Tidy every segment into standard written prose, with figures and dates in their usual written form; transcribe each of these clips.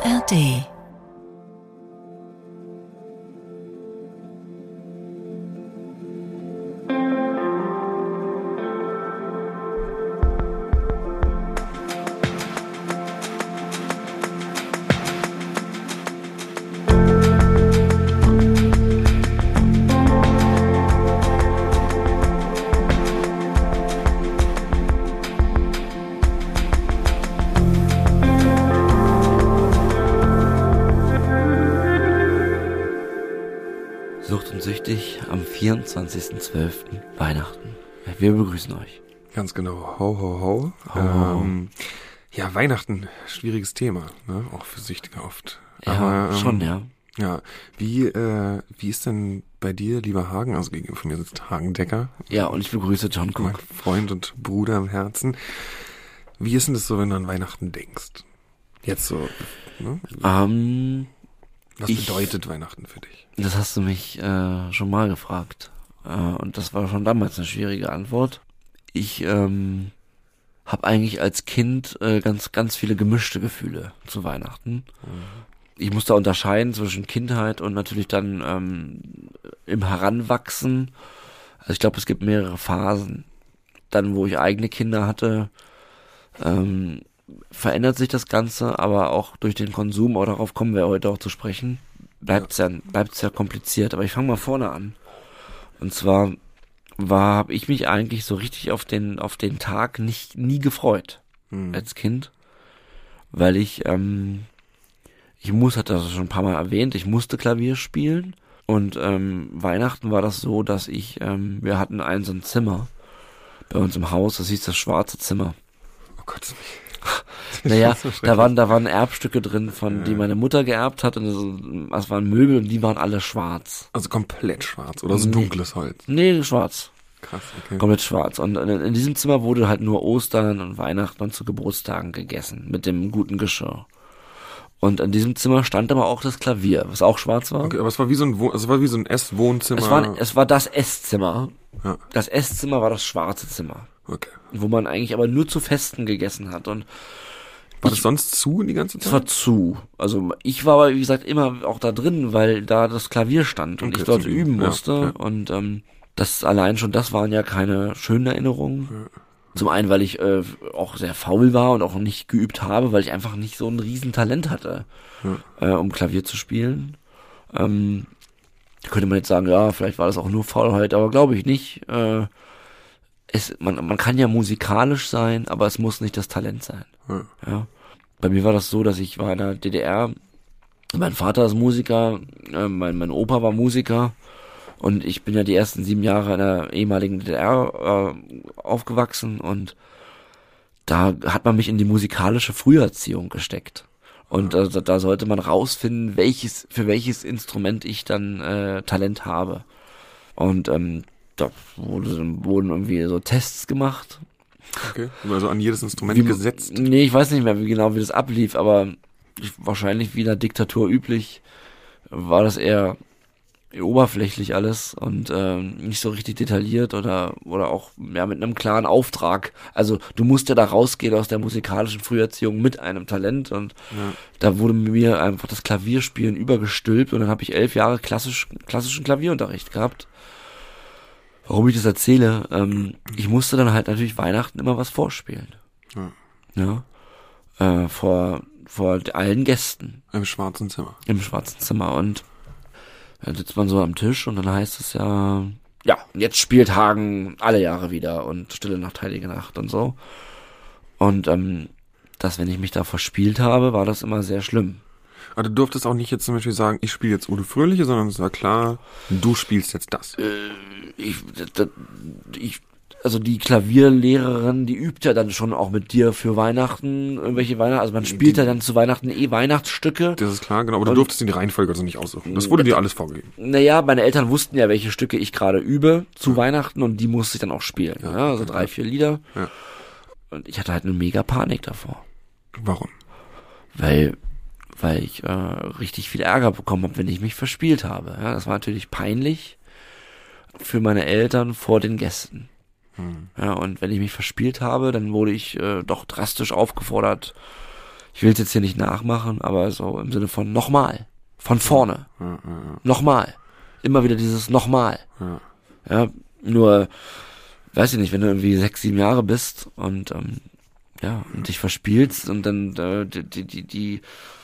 ARD. Sucht und süchtig am 24.12. Weihnachten. Wir begrüßen euch. Ganz genau. Ho, ho, ho. Ja, Weihnachten, schwieriges Thema, ne? Auch für Süchtige oft. Ja, aber, schon, ja. Ja, wie ist denn bei dir, lieber Hagen, also gegenüber von mir sitzt Hagen Decker. Ja, und ich begrüße John Mein Cook. Freund und Bruder im Herzen. Wie ist denn das so, wenn du an Weihnachten denkst? Jetzt so, ne? Was bedeutet Weihnachten für dich? Das hast du mich schon mal gefragt. Und das war schon damals eine schwierige Antwort. Ich habe eigentlich als Kind ganz viele gemischte Gefühle zu Weihnachten. Ich musste unterscheiden zwischen Kindheit und natürlich dann im Heranwachsen. Also ich glaube, es gibt mehrere Phasen. Dann, wo ich eigene Kinder hatte, verändert sich das Ganze, aber auch durch den Konsum, aber darauf kommen wir heute auch zu sprechen, bleibt's ja kompliziert. Aber ich fange mal vorne an. Und zwar habe ich mich eigentlich so richtig auf den Tag nie gefreut als Kind, weil ich hatte das schon ein paar Mal erwähnt, ich musste Klavier spielen und Weihnachten war das so, dass wir hatten so ein Zimmer bei uns im Haus, das hieß das Schwarze Zimmer. Oh Gott. Naja, da waren Erbstücke drin, die meine Mutter geerbt hat, und das waren Möbel und die waren alle schwarz. Also komplett schwarz oder so dunkles Holz? Nee, schwarz. Krass, okay. Komplett schwarz. Und in diesem Zimmer wurde halt nur Ostern und Weihnachten und zu Geburtstagen gegessen, mit dem guten Geschirr. Und in diesem Zimmer stand aber auch das Klavier, was auch schwarz war. Okay, aber es war wie so ein Esswohnzimmer. Es war das Esszimmer. Ja. Das Esszimmer war das schwarze Zimmer. Okay. Wo man eigentlich aber nur zu Festen gegessen hat. Und war das sonst zu die ganze Zeit? Es war zu. Also ich war aber, wie gesagt, immer auch da drin, weil da das Klavier stand und ich dort üben musste. Ja. Und das waren ja keine schönen Erinnerungen. Ja. Zum einen, weil ich auch sehr faul war und auch nicht geübt habe, weil ich einfach nicht so ein Riesentalent hatte, um Klavier zu spielen. Da könnte man jetzt sagen, ja, vielleicht war das auch nur Faulheit, aber glaube ich nicht. Man kann ja musikalisch sein, aber es muss nicht das Talent sein. Ja. Bei mir war das so, dass ich war in der DDR, mein Vater ist Musiker, mein Opa war Musiker und ich bin ja die ersten 7 Jahre in der ehemaligen DDR aufgewachsen und da hat man mich in die musikalische Früherziehung gesteckt. Und da sollte man rausfinden, für welches Instrument ich dann Talent habe. Und da wurden irgendwie so Tests gemacht. Okay, also an jedes Instrument gesetzt? Nee, ich weiß nicht mehr wie das ablief, aber wahrscheinlich wie in der Diktatur üblich war das eher oberflächlich alles und nicht so richtig detailliert oder auch mit einem klaren Auftrag. Also du musst ja da rausgehen aus der musikalischen Früherziehung mit einem Talent und da wurde mir einfach das Klavierspielen übergestülpt und dann habe ich 11 Jahre klassischen Klavierunterricht gehabt. Warum ich das erzähle, ich musste dann halt natürlich Weihnachten immer was vorspielen. Ja. Vor allen Gästen. Im schwarzen Zimmer. Im schwarzen Zimmer. Und dann sitzt man so am Tisch und dann heißt es ja, jetzt spielt Hagen alle Jahre wieder und Stille Nacht, Heilige Nacht und so. Und wenn ich mich da verspielt habe, war das immer sehr schlimm. Aber du durftest auch nicht jetzt zum Beispiel sagen, ich spiele jetzt Udo Fröhliche, sondern es war klar, du spielst jetzt das. Also die Klavierlehrerin, die übt ja dann schon auch mit dir für Weihnachten, also man spielt ja dann zu Weihnachten Weihnachtsstücke. Das ist klar, genau, aber du durftest dir die Reihenfolge also nicht aussuchen. Das wurde dir alles vorgegeben. Naja, meine Eltern wussten ja, welche Stücke ich gerade übe zu Weihnachten und die musste ich dann auch spielen. Ja, also 3, 4 Lieder. Ja. Und ich hatte halt eine mega Panik davor. Warum? Weil ich richtig viel Ärger bekommen habe, wenn ich mich verspielt habe. Ja, das war natürlich peinlich für meine Eltern vor den Gästen. Ja, und wenn ich mich verspielt habe, dann wurde ich doch drastisch aufgefordert, ich will es jetzt hier nicht nachmachen, aber so im Sinne von nochmal, von vorne, nochmal, immer wieder dieses nochmal. Ja, nur, weiß ich nicht, wenn du irgendwie 6, 7 Jahre bist und und dich verspielst und dann die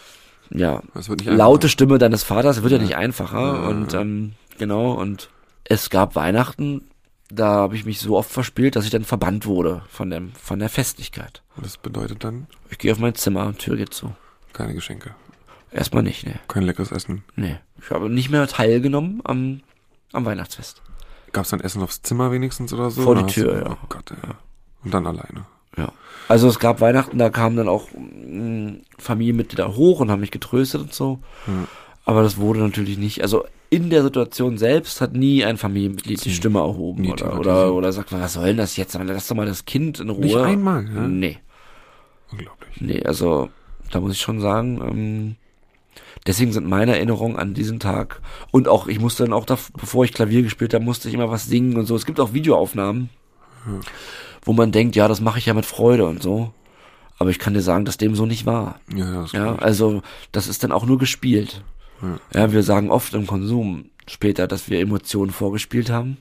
laute Stimme deines Vaters wird ja nicht einfacher und genau, und es gab Weihnachten, da habe ich mich so oft verspielt, dass ich dann verbannt wurde von der Festlichkeit. Und das bedeutet dann? Ich gehe auf mein Zimmer, Tür geht zu. Keine Geschenke? Erstmal nicht, ne. Kein leckeres Essen? Nee. Ich habe nicht mehr teilgenommen am Weihnachtsfest. Gab's dann Essen aufs Zimmer wenigstens oder so? Vor die Tür, ja. Oh Gott, ja. Und dann alleine? Ja. Also es gab Weihnachten, da kamen dann auch Familienmitglieder hoch und haben mich getröstet und so. Aber das wurde natürlich nicht, also in der Situation selbst hat nie ein Familienmitglied die Stimme erhoben oder sagt, was soll denn das jetzt? Lass doch mal das Kind in Ruhe. Nicht einmal, ja? Nee. Unglaublich. Nee, also da muss ich schon sagen, deswegen sind meine Erinnerungen an diesen Tag und auch, ich musste dann auch, bevor ich Klavier gespielt habe, musste ich immer was singen und so. Es gibt auch Videoaufnahmen, wo man denkt, ja, das mache ich ja mit Freude und so. Aber ich kann dir sagen, dass dem so nicht war. Ja, also das ist dann auch nur gespielt. Ja, wir sagen oft im Konsum später, dass wir Emotionen vorgespielt haben.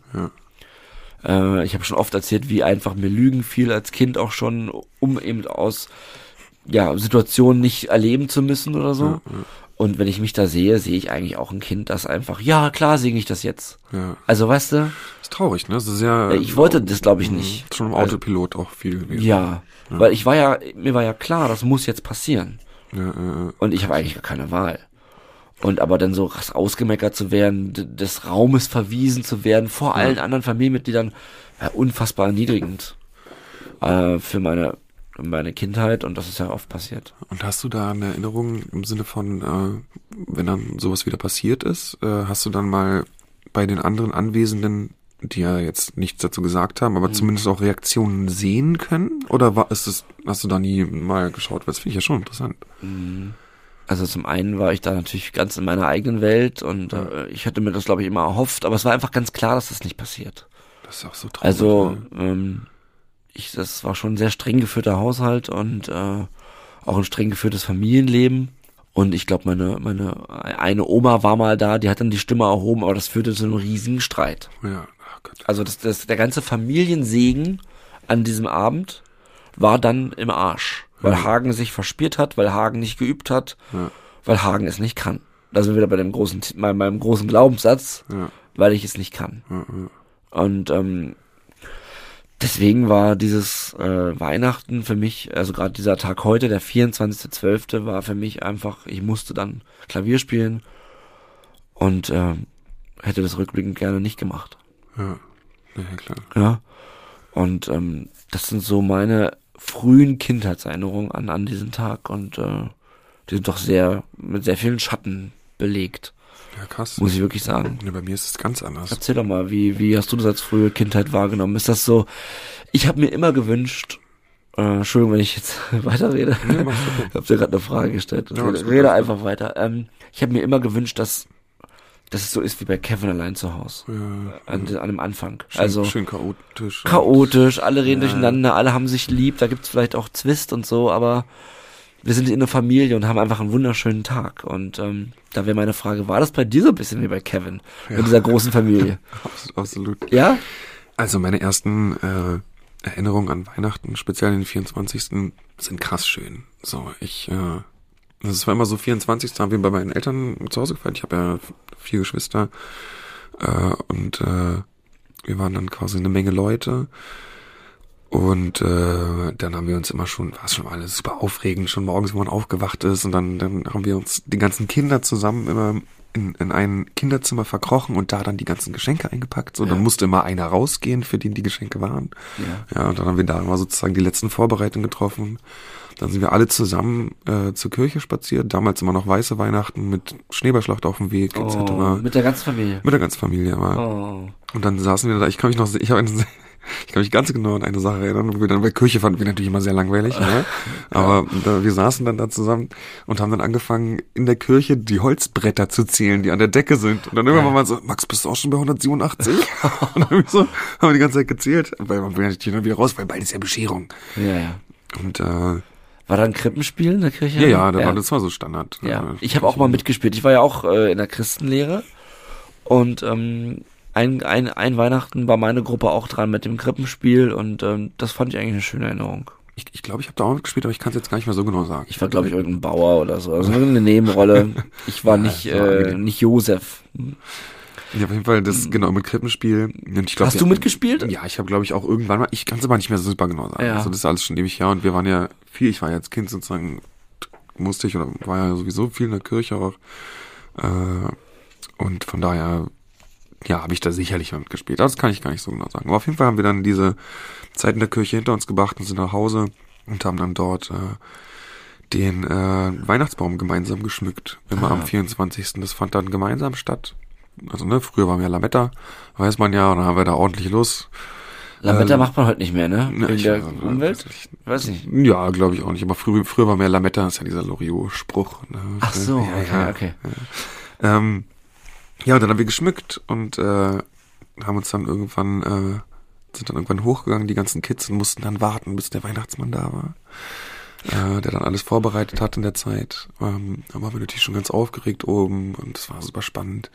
Ich habe schon oft erzählt, wie einfach mir Lügen fiel als Kind auch schon, um eben aus Situationen nicht erleben zu müssen oder so. Und wenn ich mich da sehe ich eigentlich auch ein Kind, das einfach, ja, klar singe ich das jetzt. Ja. Also, weißt du? Ist traurig, ne? Das ist ja. Ich wollte das, glaube ich, nicht. Schon im Autopilot auch viel gewesen. Ja, weil mir war ja klar, das muss jetzt passieren. Und ich habe eigentlich gar keine Wahl. Und aber dann so krass ausgemeckert zu werden, des Raumes verwiesen zu werden, vor allen anderen Familienmitgliedern, unfassbar erniedrigend für meine Kindheit, und das ist ja oft passiert. Und hast du da eine Erinnerung im Sinne von, wenn dann sowas wieder passiert ist, hast du dann mal bei den anderen Anwesenden, die ja jetzt nichts dazu gesagt haben, aber zumindest auch Reaktionen sehen können? Oder hast du da nie mal geschaut? Weil das finde ich ja schon interessant. Also zum einen war ich da natürlich ganz in meiner eigenen Welt und ich hätte mir das, glaube ich, immer erhofft, aber es war einfach ganz klar, dass das nicht passiert. Das ist auch so traurig. Also das war schon ein sehr streng geführter Haushalt und auch ein streng geführtes Familienleben. Und ich glaube, meine eine Oma war mal da, die hat dann die Stimme erhoben, aber das führte zu einem riesigen Streit. Ja, ach Gott. Also der ganze Familiensegen an diesem Abend war dann im Arsch. Weil Hagen sich verspielt hat, weil Hagen nicht geübt hat, weil Hagen es nicht kann. Da sind wir wieder bei meinem großen Glaubenssatz, weil ich es nicht kann. Und deswegen war dieses Weihnachten für mich, also gerade dieser Tag heute, der 24.12. war für mich einfach, ich musste dann Klavier spielen und hätte das rückblickend gerne nicht gemacht. Ja klar. Ja, und das sind so meine frühen Kindheitserinnerungen an diesen Tag und die sind doch mit sehr vielen Schatten belegt. Ja, krass. Muss ich wirklich sagen. Ja, bei mir ist es ganz anders. Erzähl doch mal, wie hast du das als frühe Kindheit wahrgenommen? Ist das so, ich habe mir immer gewünscht, Entschuldigung, wenn ich jetzt weiterrede, ich habe dir gerade eine Frage gestellt, rede einfach weiter. Ich habe mir immer gewünscht, dass es so ist wie bei Kevin allein zu Hause. An dem Anfang. Schön chaotisch. Chaotisch, alle reden durcheinander, alle haben sich lieb, da gibt's vielleicht auch Zwist und so, aber wir sind in einer Familie und haben einfach einen wunderschönen Tag. Und da wäre meine Frage, war das bei dir so ein bisschen wie bei Kevin? Mit dieser großen Familie? Absolut. Ja? Also meine ersten Erinnerungen an Weihnachten, speziell den 24. sind krass schön. So, das war immer so, 24. haben wir bei meinen Eltern zu Hause gefeiert. Ich habe ja 4 Geschwister und wir waren dann quasi eine Menge Leute. Und dann haben wir uns immer war es schon alles super aufregend, schon morgens, wenn man aufgewacht ist. Und dann haben wir uns die ganzen Kinder zusammen immer in ein Kinderzimmer verkrochen und da dann die ganzen Geschenke eingepackt. So, dann musste immer einer rausgehen, für den die Geschenke waren. Ja, und dann haben wir da immer sozusagen die letzten Vorbereitungen getroffen. Dann sind wir alle zusammen zur Kirche spaziert. Damals immer noch weiße Weihnachten mit Schneeballschlacht auf dem Weg etc. Mit der ganzen Familie? Mit der ganzen Familie, immer. Oh. Und dann saßen wir da, ich kann mich ganz genau an eine Sache erinnern. Wir dann bei Kirche fanden wir natürlich immer sehr langweilig, ne? Aber wir saßen dann da zusammen und haben dann angefangen, in der Kirche die Holzbretter zu zählen, die an der Decke sind. Und dann irgendwann mal so, Max, bist du auch schon bei 187? Und dann haben wir die ganze Zeit gezählt. Weil man will natürlich wieder raus, weil bald ist ja Bescherung. Ja. Und War da ein Krippenspiel in der Kirche? Ja, das war so Standard. Ja, ich habe auch mal mitgespielt. Ich war ja auch in der Christenlehre und ein Weihnachten war meine Gruppe auch dran mit dem Krippenspiel und das fand ich eigentlich eine schöne Erinnerung. Ich glaube, ich habe da auch mitgespielt, aber ich kann es jetzt gar nicht mehr so genau sagen. Ich war, glaube ich, irgendein Bauer oder so. Also irgendeine Nebenrolle. Ich war nicht Josef. Ja, auf jeden Fall das, genau, mit Krippenspiel. Und ich glaub, Hast du mitgespielt? Ja, ich habe, glaube ich, auch irgendwann mal, ich kann es aber nicht mehr so super genau sagen. Ja. Also das ist alles schon ewig her und wir waren ja viel, ich war ja als Kind sozusagen, musste ich oder war ja sowieso viel in der Kirche auch. Und von daher, ja, habe ich da sicherlich mitgespielt. Aber das kann ich gar nicht so genau sagen. Aber auf jeden Fall haben wir dann diese Zeit in der Kirche hinter uns gebracht und sind nach Hause und haben dann dort den Weihnachtsbaum gemeinsam geschmückt. Immer am 24. Das fand dann gemeinsam statt. Also früher waren wir Lametta, weiß man ja, und dann haben wir da ordentlich los. Lametta macht man heute nicht mehr, ne? In der Umwelt? Weiß nicht. Ja, glaube ich auch nicht. Aber früher war mehr Lametta, das ist ja dieser Loriot-Spruch. Ne? Ach so, okay. Ja, und dann haben wir geschmückt und haben uns dann sind dann irgendwann hochgegangen, die ganzen Kids, und mussten dann warten, bis der Weihnachtsmann da war. Der dann alles vorbereitet hat in der Zeit. Da waren wir natürlich schon ganz aufgeregt oben und es war super spannend.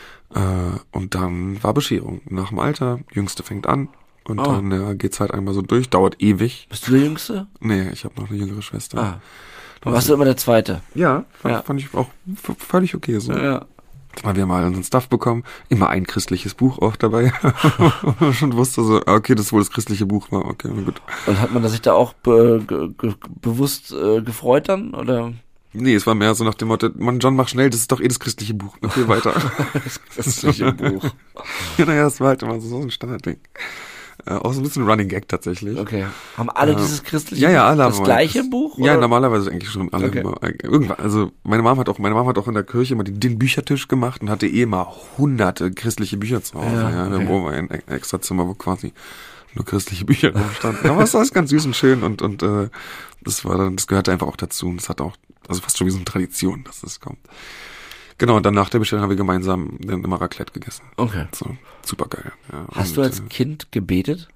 Und dann war Bescherung. Nach dem Alter, Jüngste fängt an und dann geht's halt einmal so durch, dauert ewig. Bist du der Jüngste? Nee, ich habe noch eine jüngere Schwester. Warst du immer der Zweite? Ja, fand ich auch völlig okay so. Ja. Wir haben mal unseren Stuff bekommen, immer ein christliches Buch auch dabei. Schon wusste so, okay, das wohl das christliche Buch war, okay, gut. Und hat man sich da auch bewusst gefreut dann, oder? Nee, es war mehr so nach dem Motto, Mann, John, mach schnell, das ist doch das christliche Buch. Okay, weiter. Das christliche Buch. Ja, das war halt immer so ein Standardding. Auch so ein bisschen Running Gag tatsächlich. Okay. Haben alle dieses christliche Buch? Ja, alle haben das gleiche Buch? Ja, normalerweise eigentlich schon alle. Okay. Irgendwann, also meine Mama hat auch in der Kirche immer den Büchertisch gemacht und hatte immer hunderte christliche Bücher zu Hause. Ja, wir haben oben ein extra Zimmer, wo quasi nur christliche Bücher rumstanden. Aber es war ganz süß und schön und das gehörte einfach auch dazu. Und es hat auch, also fast schon wie so eine Tradition, dass das kommt. Genau, und dann nach der Bestellung haben wir gemeinsam dann immer Raclette gegessen. Okay. So, super geil. Ja, hast du als Kind gebetet?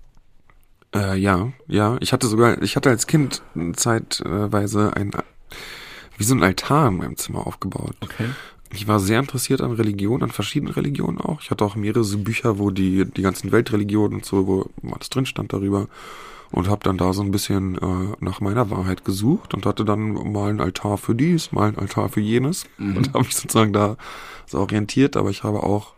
Ja. Ich hatte als Kind zeitweise wie so ein Altar in meinem Zimmer aufgebaut. Okay. Ich war sehr interessiert an Religion, an verschiedenen Religionen auch. Ich hatte auch mehrere so Bücher, wo die ganzen Weltreligionen und so, wo alles drin stand darüber. Und habe dann da so ein bisschen nach meiner Wahrheit gesucht und hatte dann mal einen Altar für dies, mal einen Altar für jenes und habe mich sozusagen da so orientiert, aber ich habe auch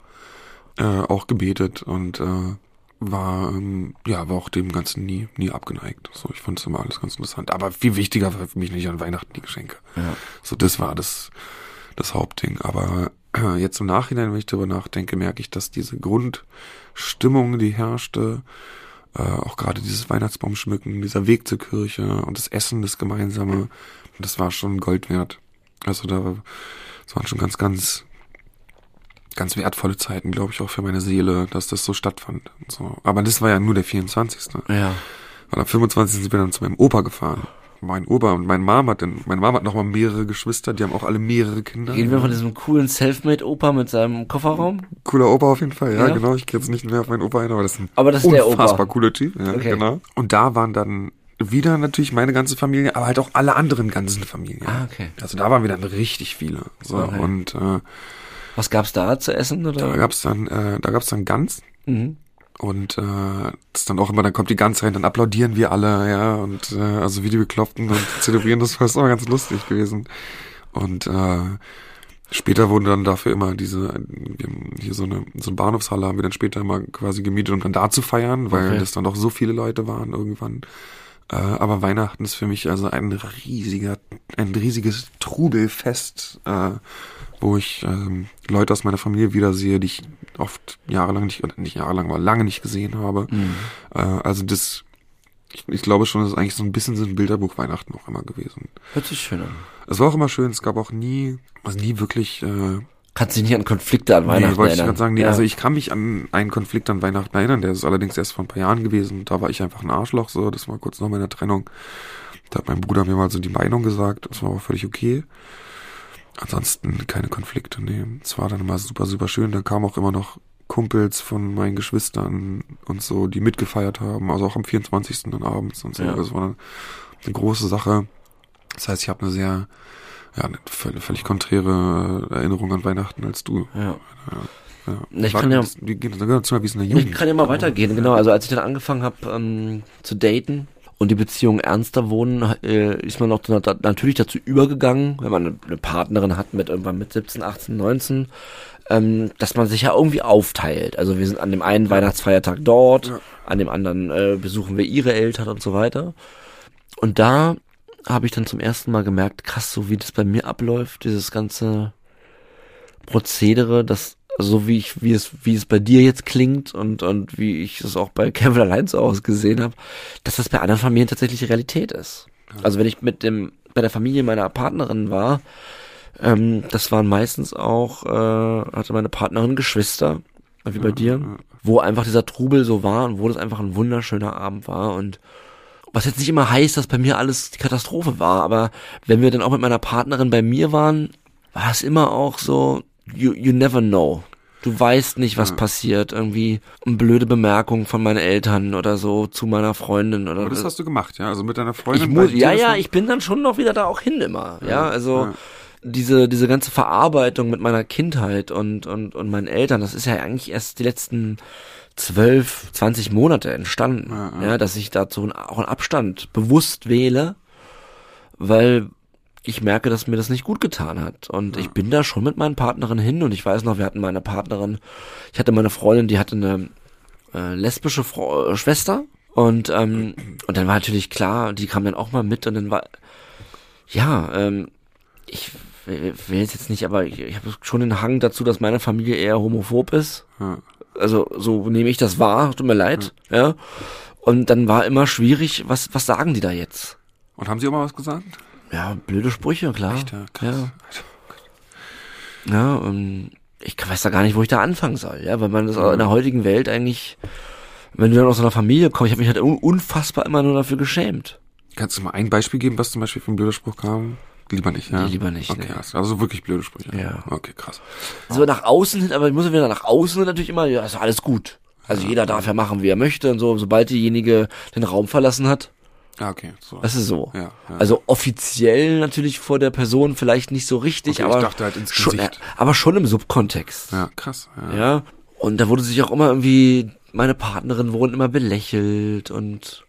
gebetet und war auch dem Ganzen nie abgeneigt. So, ich fand es immer alles ganz interessant. Aber viel wichtiger war für mich nicht an Weihnachten die Geschenke. Ja. So, das war das Hauptding. Aber jetzt im Nachhinein, wenn ich darüber nachdenke, merke ich, dass diese Grundstimmung, die herrschte, auch gerade dieses Weihnachtsbaumschmücken, dieser Weg zur Kirche und das Essen, das Gemeinsame, das war schon Gold wert. Also das waren schon ganz, ganz, ganz wertvolle Zeiten, glaube ich, auch für meine Seele, dass das so stattfand. Und so. Aber das war ja nur der 24. Ja. Weil am 25. sind wir dann zu meinem Opa gefahren. Mein Opa und meine Mama hat noch mal mehrere Geschwister, die haben auch alle mehrere Kinder. Reden wir von diesem coolen Selfmade-Opa mit seinem Kofferraum? Cooler Opa auf jeden Fall, ja, genau. Ich gehe jetzt nicht mehr auf meinen Opa ein, aber das ist ein unfassbar cooler Typ. Ja, okay. Genau. Und da waren dann wieder natürlich meine ganze Familie, aber halt auch alle anderen ganzen Familien. Okay. Also da waren wir dann richtig viele. So, okay. Und was gab's da zu essen? Oder? Da gab's dann Gans. Mhm. Und das ist dann auch immer, dann kommt die Gans rein, dann applaudieren wir alle, ja, und also wie die Bekloppten und zelebrieren, das war immer ganz lustig gewesen. Und später wurden dann dafür immer so eine Bahnhofshalle haben wir dann später immer quasi gemietet, um dann da zu feiern, weil das dann doch so viele Leute waren irgendwann. Aber Weihnachten ist für mich also ein riesiges Trubelfest, wo ich Leute aus meiner Familie wiedersehe, die ich oft lange nicht gesehen habe. Mhm. Also ich glaube schon, das ist eigentlich so ein bisschen so ein Bilderbuch Weihnachten auch immer gewesen. Hört sich schön an. Es war auch immer schön, es gab auch nie wirklich... Kannst du dich nicht an Konflikte an Weihnachten wollte erinnern? Ich gerade sagen, nee, also ich kann mich an einen Konflikt an Weihnachten erinnern, der ist allerdings erst vor ein paar Jahren gewesen. Da war ich einfach ein Arschloch, so, das war kurz nach meiner Trennung. Da hat mein Bruder mir mal so die Meinung gesagt, das war aber völlig okay. Ansonsten keine Konflikte, nee. Es war dann immer super, super schön. Dann kamen auch immer noch Kumpels von meinen Geschwistern und so, die mitgefeiert haben, also auch am 24. dann abends und so. Ja. Das war dann eine große Sache. Das heißt, ich habe eine sehr, eine völlig konträre Erinnerung an Weihnachten als du. Ja. Ich kann ja, ich kann ja mal weitergehen, genau. Also als ich dann angefangen habe zu daten und die Beziehungen ernster wurden, ist man auch natürlich dazu übergegangen, wenn man eine Partnerin hat irgendwann mit 17, 18, 19, dass man sich ja irgendwie aufteilt. Also wir sind an dem einen Weihnachtsfeiertag dort, an dem anderen besuchen wir ihre Eltern und so weiter. Und da habe ich dann zum ersten Mal gemerkt, krass, so wie das bei mir abläuft, dieses ganze Prozedere, so wie es bei dir jetzt klingt und wie ich es auch bei Kevin allein zu Hause gesehen habe, dass das bei anderen Familien tatsächlich Realität ist. Also wenn ich bei der Familie meiner Partnerin war, das waren meistens auch, hatte meine Partnerin Geschwister, wie bei dir, wo einfach dieser Trubel so war und wo das einfach ein wunderschöner Abend war. Und was jetzt nicht immer heißt, dass bei mir alles die Katastrophe war, aber wenn wir dann auch mit meiner Partnerin bei mir waren, war es immer auch so, you never know. Du weißt nicht, was passiert. Irgendwie eine blöde Bemerkung von meinen Eltern oder so zu meiner Freundin oder. Aber das hast du gemacht, ja? Also mit deiner Freundin? Ich bin dann schon noch wieder da auch hin immer. Ja, also diese ganze Verarbeitung mit meiner Kindheit und meinen Eltern, das ist ja eigentlich erst die letzten 12, 20 Monate entstanden. Ja, dass ich dazu auch einen Abstand bewusst wähle, weil ich merke, dass mir das nicht gut getan hat. Und ich bin da schon mit meinen Partnerinnen hin und ich weiß noch, ich hatte meine Freundin, die hatte eine lesbische Schwester und dann war natürlich klar, die kam dann auch mal mit und dann war, ich will jetzt nicht, aber ich habe schon den Hang dazu, dass meine Familie eher homophob ist. Also so nehme ich das wahr, tut mir leid. Ja. Und dann war immer schwierig, was sagen die da jetzt? Und haben sie auch mal was gesagt? Ja, blöde Sprüche, klar. Echt, ja, krass. Ja, ich weiß da gar nicht, wo ich da anfangen soll, ja, weil man das in der heutigen Welt eigentlich, wenn du dann aus einer Familie kommst, ich habe mich halt unfassbar immer nur dafür geschämt. Kannst du mal ein Beispiel geben, was zum Beispiel für ein blöder Spruch kam? Lieber nicht, ja? Nee, lieber nicht. Okay, also wirklich blöde Sprüche. Ja. Okay, krass. Also nach außen hin, aber ich muss ja wieder nach außen hin natürlich immer, ja, ist alles gut. Also jeder darf ja machen, wie er möchte und so, sobald diejenige den Raum verlassen hat. Okay, so. Das ist so. Ja. Also offiziell natürlich vor der Person vielleicht nicht so richtig, okay, aber ich dachte halt ins Gesicht. Aber schon im Subkontext. Ja, krass. Ja. Und da wurde sich auch immer irgendwie, meine Partnerin wurden immer belächelt und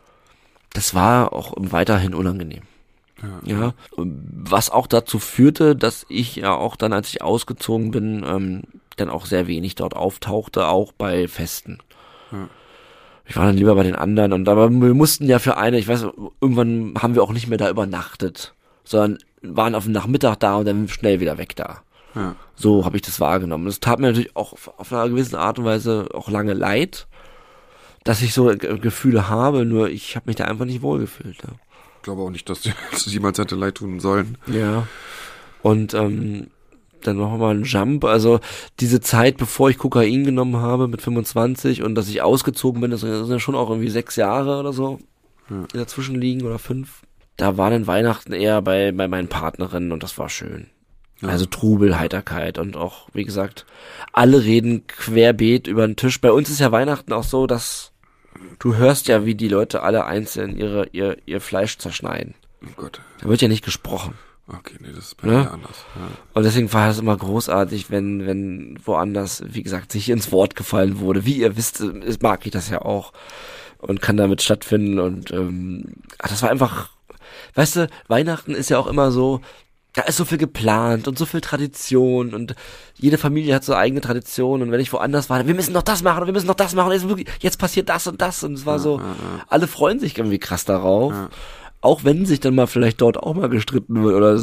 das war auch weiterhin unangenehm. Ja. Was auch dazu führte, dass ich ja auch dann, als ich ausgezogen bin, dann auch sehr wenig dort auftauchte, auch bei Festen. Ja. Ich war dann lieber bei den anderen aber wir mussten ja ich weiß, irgendwann haben wir auch nicht mehr da übernachtet, sondern waren auf dem Nachmittag da und dann schnell wieder weg da. Ja. So habe ich das wahrgenommen. Es tat mir natürlich auch auf einer gewissen Art und Weise auch lange leid, dass ich so Gefühle habe, nur ich habe mich da einfach nicht wohlgefühlt. Ja. Ich glaube auch nicht, dass es jemals hätte leid tun sollen. Ja. Und dann noch mal ein Jump, also diese Zeit, bevor ich Kokain genommen habe mit 25 und dass ich ausgezogen bin, das sind ja schon auch irgendwie 6 Jahre oder so, die dazwischen liegen oder 5. Da war dann Weihnachten eher bei meinen Partnerinnen und das war schön. Ja. Also Trubel, Heiterkeit und auch, wie gesagt, alle reden querbeet über den Tisch. Bei uns ist ja Weihnachten auch so, dass du hörst ja, wie die Leute alle einzeln ihr Fleisch zerschneiden. Oh Gott. Da wird ja nicht gesprochen. Okay, nee, das ist bei mir anders. Ja. Und deswegen war das immer großartig, wenn woanders, wie gesagt, sich ins Wort gefallen wurde. Wie ihr wisst, mag ich das ja auch und kann damit stattfinden. Und das war einfach, weißt du, Weihnachten ist ja auch immer so, da ist so viel geplant und so viel Tradition und jede Familie hat so eigene Tradition und wenn ich woanders war, wir müssen noch das machen und wir müssen noch das machen und jetzt passiert das und das und es war so, alle freuen sich irgendwie krass darauf. Ja. Auch wenn sich dann mal vielleicht dort auch mal gestritten wird oder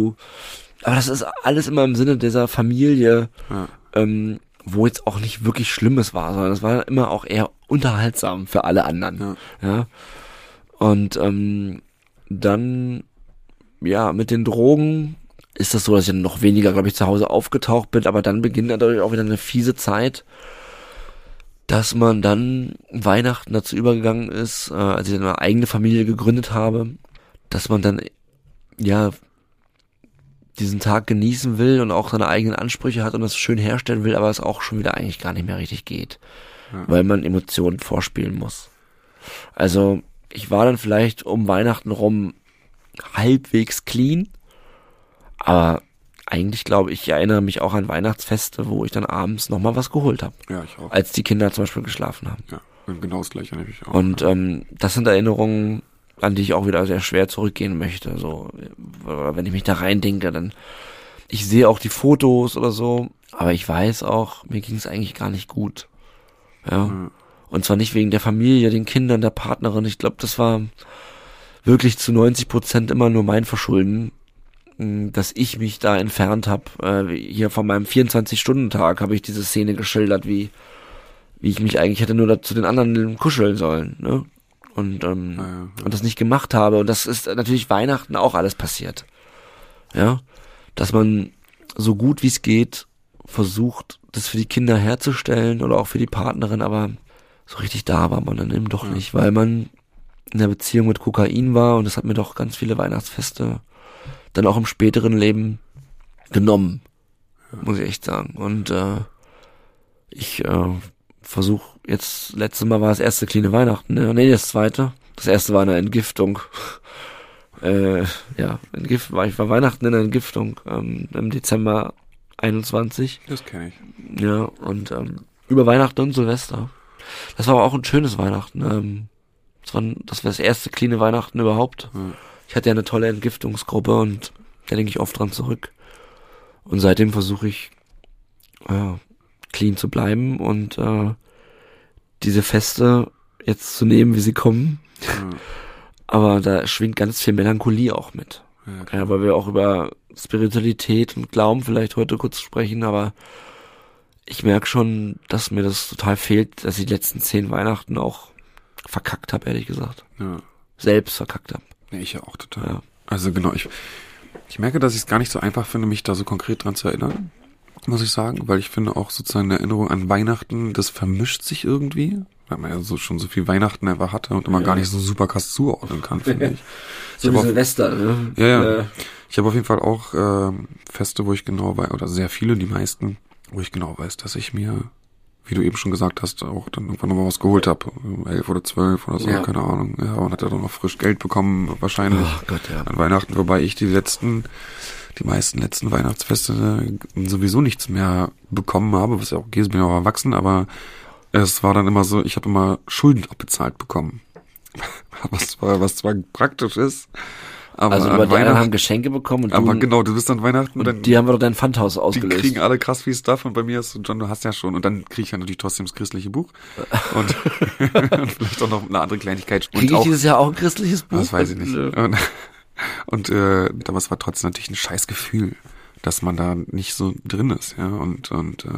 aber das ist alles immer im Sinne dieser Familie, wo jetzt auch nicht wirklich Schlimmes war, sondern es war immer auch eher unterhaltsam für alle anderen. Ja. Und dann, ja, mit den Drogen ist das so, dass ich dann noch weniger, glaube ich, zu Hause aufgetaucht bin, aber dann beginnt natürlich auch wieder eine fiese Zeit, dass man dann Weihnachten dazu übergegangen ist, als ich dann eine eigene Familie gegründet habe, dass man dann, ja, diesen Tag genießen will und auch seine eigenen Ansprüche hat und das schön herstellen will, aber es auch schon wieder eigentlich gar nicht mehr richtig geht, weil man Emotionen vorspielen muss. Also, ich war dann vielleicht um Weihnachten rum halbwegs clean, aber eigentlich glaube ich erinnere mich auch an Weihnachtsfeste, wo ich dann abends nochmal was geholt habe. Ja, ich auch. Als die Kinder zum Beispiel geschlafen haben. Ja, genau das gleiche nämlich auch. Und das sind Erinnerungen, an die ich auch wieder sehr schwer zurückgehen möchte. So, oder wenn ich mich da reindenke, dann ich sehe auch die Fotos oder so, aber ich weiß auch, mir ging es eigentlich gar nicht gut. Ja. Und zwar nicht wegen der Familie, den Kindern, der Partnerin. Ich glaube, das war wirklich zu 90% immer nur mein Verschulden, dass ich mich da entfernt habe. Hier von meinem 24-Stunden-Tag habe ich diese Szene geschildert, wie ich mich eigentlich hätte nur zu den anderen kuscheln sollen, ne? Und das nicht gemacht habe. Und das ist natürlich Weihnachten auch alles passiert. Ja, dass man so gut wie es geht versucht, das für die Kinder herzustellen oder auch für die Partnerin, aber so richtig da war man dann eben doch nicht, weil man in der Beziehung mit Kokain war und das hat mir doch ganz viele Weihnachtsfeste dann auch im späteren Leben genommen, muss ich echt sagen. Und ich versuche jetzt, letztes Mal war das erste kleine Weihnachten, ne? Nee, das zweite. Das erste war eine Entgiftung. Ich war Weihnachten in der Entgiftung im Dezember 21. Das kenne ich. Ja, und über Weihnachten und Silvester. Das war aber auch ein schönes Weihnachten. Das war das erste kleine Weihnachten überhaupt. Ja. Ich hatte ja eine tolle Entgiftungsgruppe und da denke ich oft dran zurück. Und seitdem versuche ich clean zu bleiben und diese Feste jetzt zu nehmen, wie sie kommen. Ja. Aber da schwingt ganz viel Melancholie auch mit. Ja, weil wir auch über Spiritualität und Glauben vielleicht heute kurz sprechen, aber ich merke schon, dass mir das total fehlt, dass ich die letzten 10 Weihnachten auch verkackt habe, ehrlich gesagt. Ja. Selbst verkackt habe. Ja, ich ja auch total. Ja. Also genau, ich merke, dass ich es gar nicht so einfach finde, mich da so konkret dran zu erinnern, muss ich sagen, weil ich finde auch sozusagen eine Erinnerung an Weihnachten, das vermischt sich irgendwie, weil man ja so schon so viel Weihnachten einfach hatte und immer gar nicht so super krass zuordnen kann, finde ich. So wie Silvester, ne? Ja. Ich habe auf jeden Fall auch Feste, wo ich genau weiß, oder sehr viele, die meisten, wo ich genau weiß, dass ich mir, wie du eben schon gesagt hast, auch dann irgendwann nochmal was geholt habe. 11 oder 12 oder so, keine Ahnung. Ja, und hat ja dann noch frisch Geld bekommen, wahrscheinlich. Oh Gott, ja. An Weihnachten, wobei ich die meisten letzten Weihnachtsfeste sowieso nichts mehr bekommen habe, was ja auch okay ist, bin ja auch erwachsen, aber es war dann immer so, ich habe immer Schulden abbezahlt bekommen. was zwar praktisch ist, aber also über die anderen haben Geschenke bekommen und aber genau, du bist an Weihnachten und dann, die haben wir doch dein Pfandhaus ausgelöst. Die kriegen alle krass viel Stuff und bei mir ist so, John, du hast ja schon und dann kriege ich ja natürlich trotzdem das christliche Buch und vielleicht auch noch eine andere Kleinigkeit. Kriege ich dieses Jahr auch ein christliches Buch? Das weiß ich nicht. Und damals war trotzdem natürlich ein scheiß Gefühl, dass man da nicht so drin ist, ja, und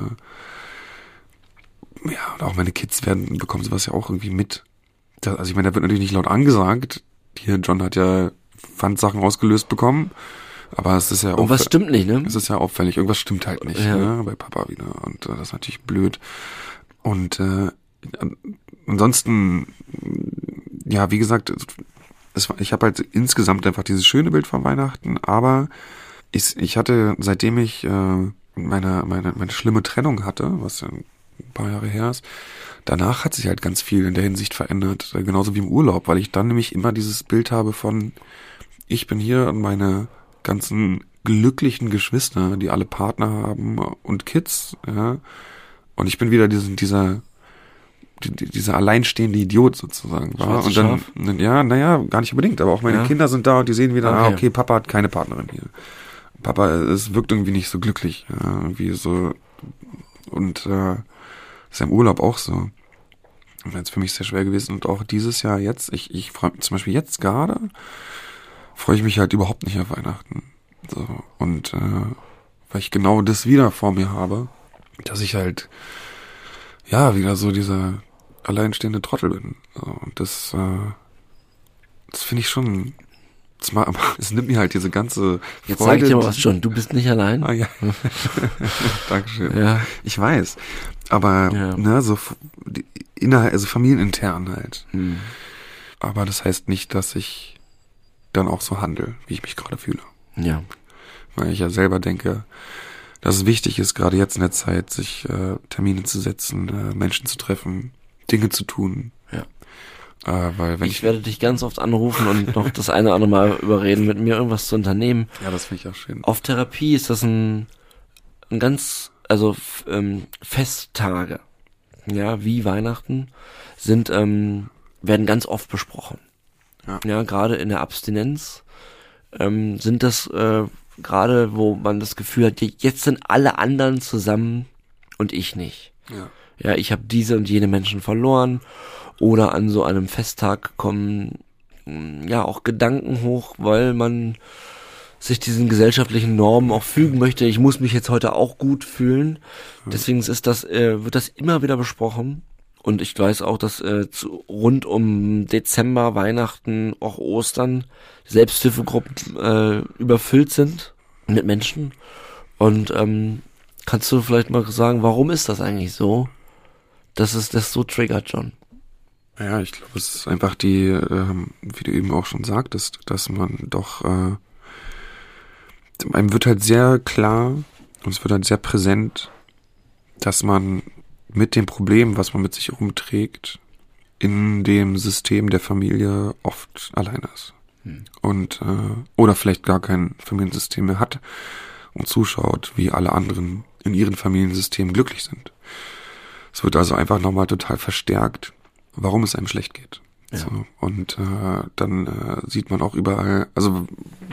auch meine Kids bekommen sowas ja auch irgendwie mit. Also ich meine, da wird natürlich nicht laut angesagt. Hier, John hat ja Pfandsachen ausgelöst bekommen, aber es ist ja auch... Irgendwas stimmt nicht, ne? Es ist ja auffällig, irgendwas stimmt halt nicht, ne? Bei Papa wieder und das ist natürlich blöd. Und ansonsten, ja, wie gesagt, ich habe halt insgesamt einfach dieses schöne Bild von Weihnachten, aber ich hatte, seitdem ich meine schlimme Trennung hatte, was ja ein paar Jahre her ist, danach hat sich halt ganz viel in der Hinsicht verändert, genauso wie im Urlaub, weil ich dann nämlich immer dieses Bild habe von, ich bin hier und meine ganzen glücklichen Geschwister, die alle Partner haben und Kids, ja, und ich bin wieder dieser alleinstehende Idiot sozusagen war. Und dann, ja, gar nicht unbedingt, aber auch meine Kinder sind da und die sehen wieder, okay, Papa hat keine Partnerin hier. Papa, es wirkt irgendwie nicht so glücklich, ja, irgendwie so, und ist ja im Urlaub auch so. Wäre jetzt für mich sehr schwer gewesen und auch dieses Jahr jetzt, ich freue mich zum Beispiel jetzt gerade, freue ich mich halt überhaupt nicht auf Weihnachten. So, und weil ich genau das wieder vor mir habe, dass ich halt wieder so dieser alleinstehende Trottel bin. So, und das finde ich schon, es nimmt mir halt diese ganze Freude. Jetzt sag ich dir mal was, John, du bist nicht allein. Ah ja. Dankeschön. Ja. Ich weiß. Aber so also familienintern halt. Hm. Aber das heißt nicht, dass ich dann auch so handle, wie ich mich gerade fühle. Ja. Weil ich ja selber denke, dass es wichtig ist, gerade jetzt in der Zeit, sich Termine zu setzen, Menschen zu treffen, Dinge zu tun. Ja. weil wenn ich werde dich ganz oft anrufen und noch das eine oder andere Mal überreden, mit mir irgendwas zu unternehmen. Ja, das finde ich auch schön. Auf Therapie ist das ein ganz, also Festtage, ja, wie Weihnachten sind, werden ganz oft besprochen. Ja, gerade in der Abstinenz sind das gerade, wo man das Gefühl hat, jetzt sind alle anderen zusammen und ich nicht. Ja, ich habe diese und jene Menschen verloren. Oder an so einem Festtag kommen ja auch Gedanken hoch, weil man sich diesen gesellschaftlichen Normen auch fügen möchte. Ich muss mich jetzt heute auch gut fühlen. Deswegen ist das, wird das immer wieder besprochen. Und ich weiß auch, dass rund um Dezember, Weihnachten, auch Ostern Selbsthilfegruppen überfüllt sind mit Menschen. Und kannst du vielleicht mal sagen, warum ist das eigentlich so, dass es das so triggert, John? Ja, ich glaube, es ist einfach wie du eben auch schon sagtest, dass man doch, einem wird halt sehr klar und es wird halt sehr präsent, dass man mit dem Problem, was man mit sich rumträgt, in dem System der Familie oft alleine ist. Und, oder vielleicht gar kein Familiensystem mehr hat und zuschaut, wie alle anderen in ihren Familiensystemen glücklich sind. Es wird also einfach nochmal total verstärkt, warum es einem schlecht geht. Ja. So, und dann sieht man auch überall, also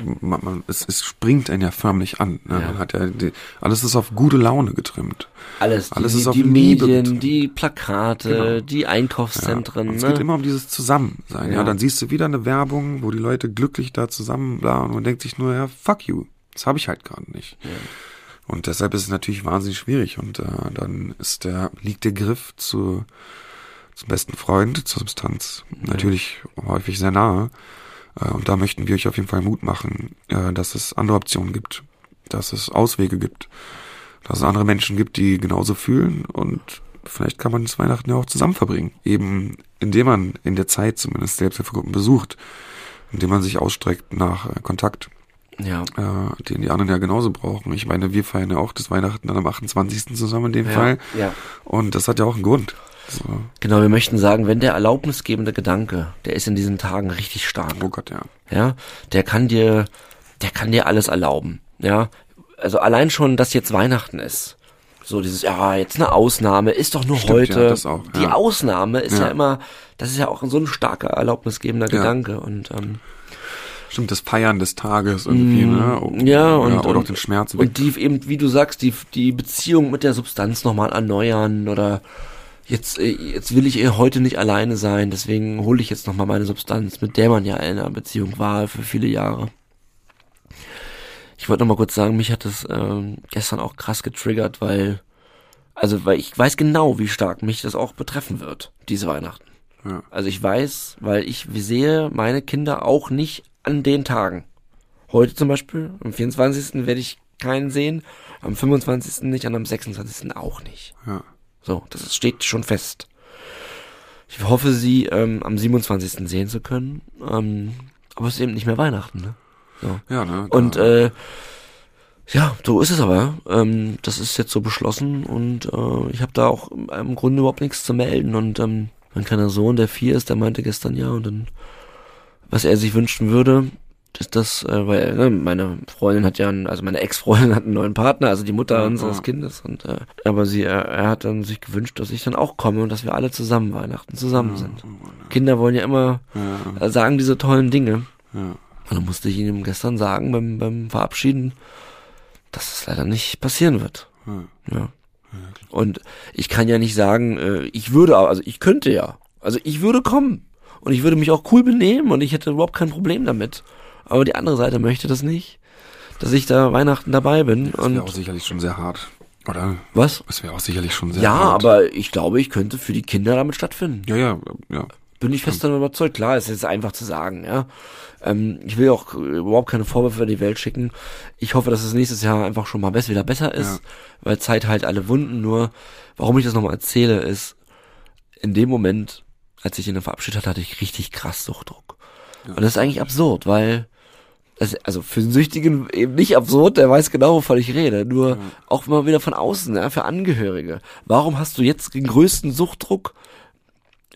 es springt einen ja förmlich an. Ne? Ja. Man hat ja alles ist auf gute Laune getrimmt. Alles ist auf die Liebe Medien, getrimmt. Die Plakate, genau. Die Einkaufszentren. Ja. Und es geht immer um dieses Zusammensein. Ja, dann siehst du wieder eine Werbung, wo die Leute glücklich da zusammen waren und man denkt sich nur, ja, fuck you, das habe ich halt gerade nicht. Ja. Und deshalb ist es natürlich wahnsinnig schwierig und dann liegt der Griff zum besten Freund, zur Substanz, natürlich häufig sehr nahe. Und da möchten wir euch auf jeden Fall Mut machen, dass es andere Optionen gibt, dass es Auswege gibt, dass es andere Menschen gibt, die genauso fühlen und vielleicht kann man das Weihnachten ja auch zusammen verbringen. Eben indem man in der Zeit zumindest Selbsthilfegruppen besucht, indem man sich ausstreckt nach Kontakt. Ja. Den die anderen ja genauso brauchen. Ich meine, wir feiern ja auch das Weihnachten dann am 28. zusammen in dem Fall. Ja. Und das hat ja auch einen Grund. So. Genau, wir möchten sagen, wenn der erlaubnisgebende Gedanke, der ist in diesen Tagen richtig stark. Oh Gott, ja. Ja, der kann dir alles erlauben. Ja, also allein schon, dass jetzt Weihnachten ist. So dieses, ja, jetzt eine Ausnahme, ist doch nur stimmt, heute. Ja, das auch, ja. Die Ausnahme ist ja immer, das ist ja auch so ein starker erlaubnisgebender Gedanke und stimmt, das Feiern des Tages irgendwie, ne? Oder auch den Schmerz. Und die eben, wie du sagst, die Beziehung mit der Substanz nochmal erneuern oder jetzt will ich heute nicht alleine sein, deswegen hole ich jetzt nochmal meine Substanz, mit der man ja in einer Beziehung war für viele Jahre. Ich wollte nochmal kurz sagen, mich hat das gestern auch krass getriggert, weil ich weiß genau, wie stark mich das auch betreffen wird, diese Weihnachten. Ja. Also ich weiß, weil ich sehe meine Kinder auch nicht an den Tagen. Heute zum Beispiel, am 24. werde ich keinen sehen, am 25. nicht und am 26. auch nicht. Ja. So, das steht schon fest. Ich hoffe, sie am 27. sehen zu können, aber es ist eben nicht mehr Weihnachten, ne? So. Ja, ne? Und ja, so ist es aber. Das ist jetzt so beschlossen und ich habe da auch im Grunde überhaupt nichts zu melden und mein kleiner Sohn, der 4 ist, der meinte gestern ja und dann was er sich wünschen würde, ist das, weil meine Freundin hat meine Ex-Freundin hat einen neuen Partner, also die Mutter unseres Kindes und aber er hat dann sich gewünscht, dass ich dann auch komme und dass wir alle zusammen Weihnachten zusammen sind. Kinder wollen ja immer sagen diese tollen Dinge. Ja. Und dann musste ich ihm gestern sagen beim Verabschieden, dass es leider nicht passieren wird. Ja. Und ich kann ja nicht sagen, ich könnte ja. Also ich würde kommen. Und ich würde mich auch cool benehmen und ich hätte überhaupt kein Problem damit. Aber die andere Seite möchte das nicht, dass ich da Weihnachten dabei bin. Das wäre auch sicherlich schon sehr hart, oder? Was? Das wäre auch sicherlich schon sehr hart. Ja, aber ich glaube, ich könnte für die Kinder damit stattfinden. Ja. Bin ich fest davon überzeugt. Klar, es ist einfach zu sagen, ja. Ich will auch überhaupt keine Vorwürfe in die Welt schicken. Ich hoffe, dass es nächstes Jahr einfach schon mal wieder besser ist, weil Zeit heilt alle Wunden. Nur, warum ich das nochmal erzähle, ist, in dem Moment, als ich ihn verabschiedet hatte ich richtig krass Suchtdruck. Ja. Und das ist eigentlich absurd, weil, also für den Süchtigen eben nicht absurd, der weiß genau, wovon ich rede, nur auch mal wieder von außen, ja, für Angehörige. Warum hast du jetzt den größten Suchtdruck,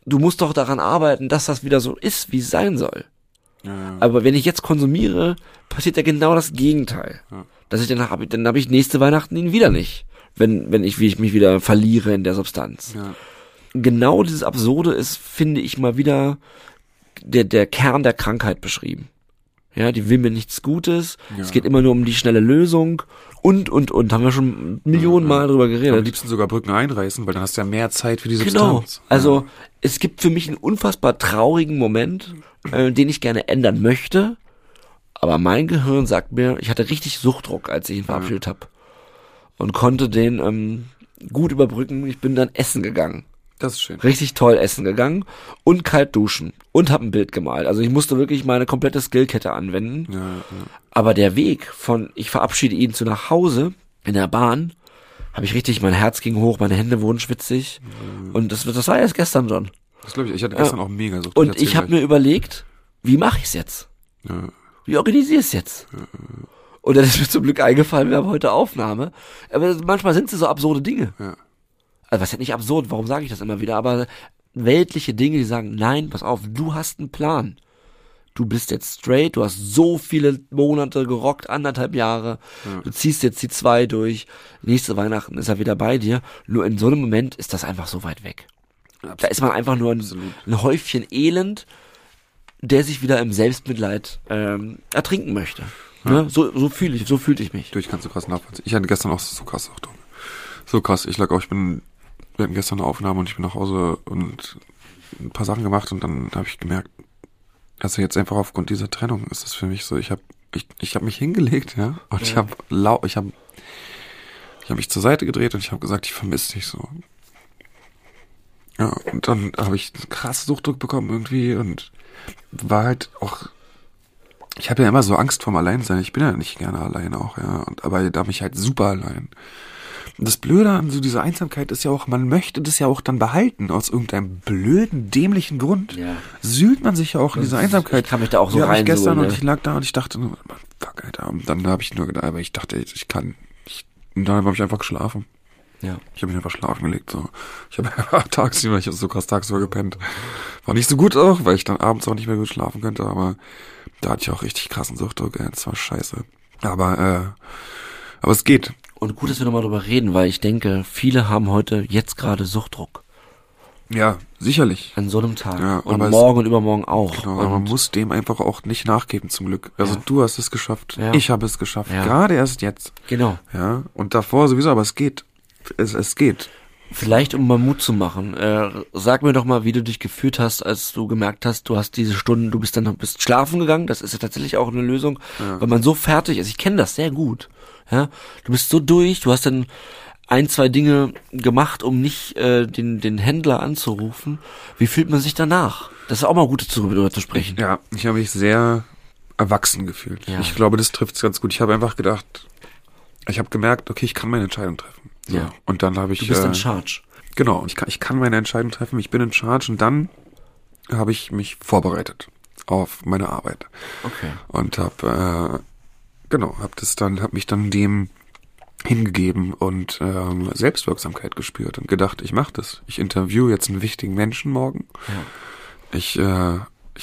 du musst doch daran arbeiten, dass das wieder so ist, wie es sein soll. Ja. Aber wenn ich jetzt konsumiere, passiert ja genau das Gegenteil. Ja. Dass ich dann habe ich nächste Weihnachten ihn wieder nicht. Wie ich mich wieder verliere in der Substanz. Ja. Genau dieses Absurde ist, finde ich mal wieder, der Kern der Krankheit beschrieben. Ja, die will mir nichts Gutes. Ja. Es geht immer nur um die schnelle Lösung. Und. Haben wir schon Millionen Mal drüber geredet. Am liebsten sogar Brücken einreißen, weil dann hast du ja mehr Zeit für die Genau. Substanz. Also, es gibt für mich einen unfassbar traurigen Moment, den ich gerne ändern möchte. Aber mein Gehirn sagt mir, ich hatte richtig Suchtdruck, als ich ihn verabschiedet habe. Und konnte den gut überbrücken. Ich bin dann essen gegangen. Das ist schön. Richtig toll essen gegangen und kalt duschen und habe ein Bild gemalt. Also ich musste wirklich meine komplette Skillkette anwenden. Ja. Aber der Weg von ich verabschiede ihn zu nach Hause in der Bahn, habe ich richtig, mein Herz ging hoch, meine Hände wurden schwitzig. Und das war erst gestern schon. Das glaube ich. Ich hatte gestern auch mega Sucht. Und ich habe mir überlegt, wie mache ich es jetzt? Ja. Wie organisiere ich es jetzt? Und dann ist mir zum Glück eingefallen, wir haben heute Aufnahme. Aber manchmal sind es so absurde Dinge. Ja. Also was ist nicht absurd, warum sage ich das immer wieder? Aber weltliche Dinge, die sagen, nein, pass auf, du hast einen Plan. Du bist jetzt straight, du hast so viele Monate gerockt, 1,5 Jahre. Ja. Du ziehst jetzt die 2 durch. Nächste Weihnachten ist er wieder bei dir. Nur in so einem Moment ist das einfach so weit weg. Absolut. Da ist man einfach nur ein Häufchen Elend, der sich wieder im Selbstmitleid ertrinken möchte. Ja. Ne? So fühlte ich mich. Du, ich kann so krass nachvollziehen. Ich hatte gestern auch so krass Sucht. So krass. Wir hatten gestern eine Aufnahme und ich bin nach Hause und ein paar Sachen gemacht und dann habe ich gemerkt, also jetzt einfach aufgrund dieser Trennung ist das für mich so, ich hab mich hingelegt, ja, und ich habe mich zur Seite gedreht und ich habe gesagt, ich vermisse dich so. Ja, und dann habe ich einen krassen Suchtdruck bekommen irgendwie und war halt auch, ich habe ja immer so Angst vorm Alleinsein, ich bin ja nicht gerne allein auch, ja, aber da bin ich halt super allein. Das Blöde an so dieser Einsamkeit ist ja auch, man möchte das ja auch dann behalten, aus irgendeinem blöden, dämlichen Grund. Ja. Sühlt man sich ja auch in dieser Einsamkeit. Ich kann mich da auch so rein gestern und ich lag da und ich dachte, fuck, Alter. Und dann habe ich nur gedacht, aber ich dachte, und dann habe ich einfach geschlafen. Ja. Ich habe mich einfach schlafen gelegt, so. Ich habe tagsüber, ich habe so krass tagsüber gepennt. War nicht so gut auch, weil ich dann abends auch nicht mehr gut schlafen könnte, aber da hatte ich auch richtig krassen Suchtdruck, das war scheiße. Aber es geht. Und gut, dass wir nochmal drüber reden, weil ich denke, viele haben heute jetzt gerade Suchtdruck. Ja, sicherlich. An so einem Tag. Ja, und morgen und übermorgen auch. Genau, aber man muss dem einfach auch nicht nachgeben, zum Glück. Also du hast es geschafft, ich habe es geschafft. Ja. Gerade erst jetzt. Genau. Ja, und davor sowieso, aber es geht. Es geht. Vielleicht, um mal Mut zu machen, sag mir doch mal, wie du dich gefühlt hast, als du gemerkt hast, du hast diese Stunden, du bist schlafen gegangen, das ist ja tatsächlich auch eine Lösung, weil man so fertig ist. Ich kenne das sehr gut. Ja, du bist so durch, du hast dann 1, 2 Dinge gemacht, um nicht den Händler anzurufen. Wie fühlt man sich danach? Das ist auch mal gut, darüber zu sprechen. Ja, ich habe mich sehr erwachsen gefühlt. Ja. Ich glaube, das trifft es ganz gut. Ich habe einfach gedacht, ich habe gemerkt, okay, ich kann meine Entscheidung treffen. So. Ja. Und dann habe ich... Du bist in Charge. Genau, ich kann meine Entscheidung treffen, ich bin in Charge und dann habe ich mich vorbereitet auf meine Arbeit. Okay. Und habe mich dann dem hingegeben und Selbstwirksamkeit gespürt und gedacht, ich mache das. Ich interview jetzt einen wichtigen Menschen morgen. Ja.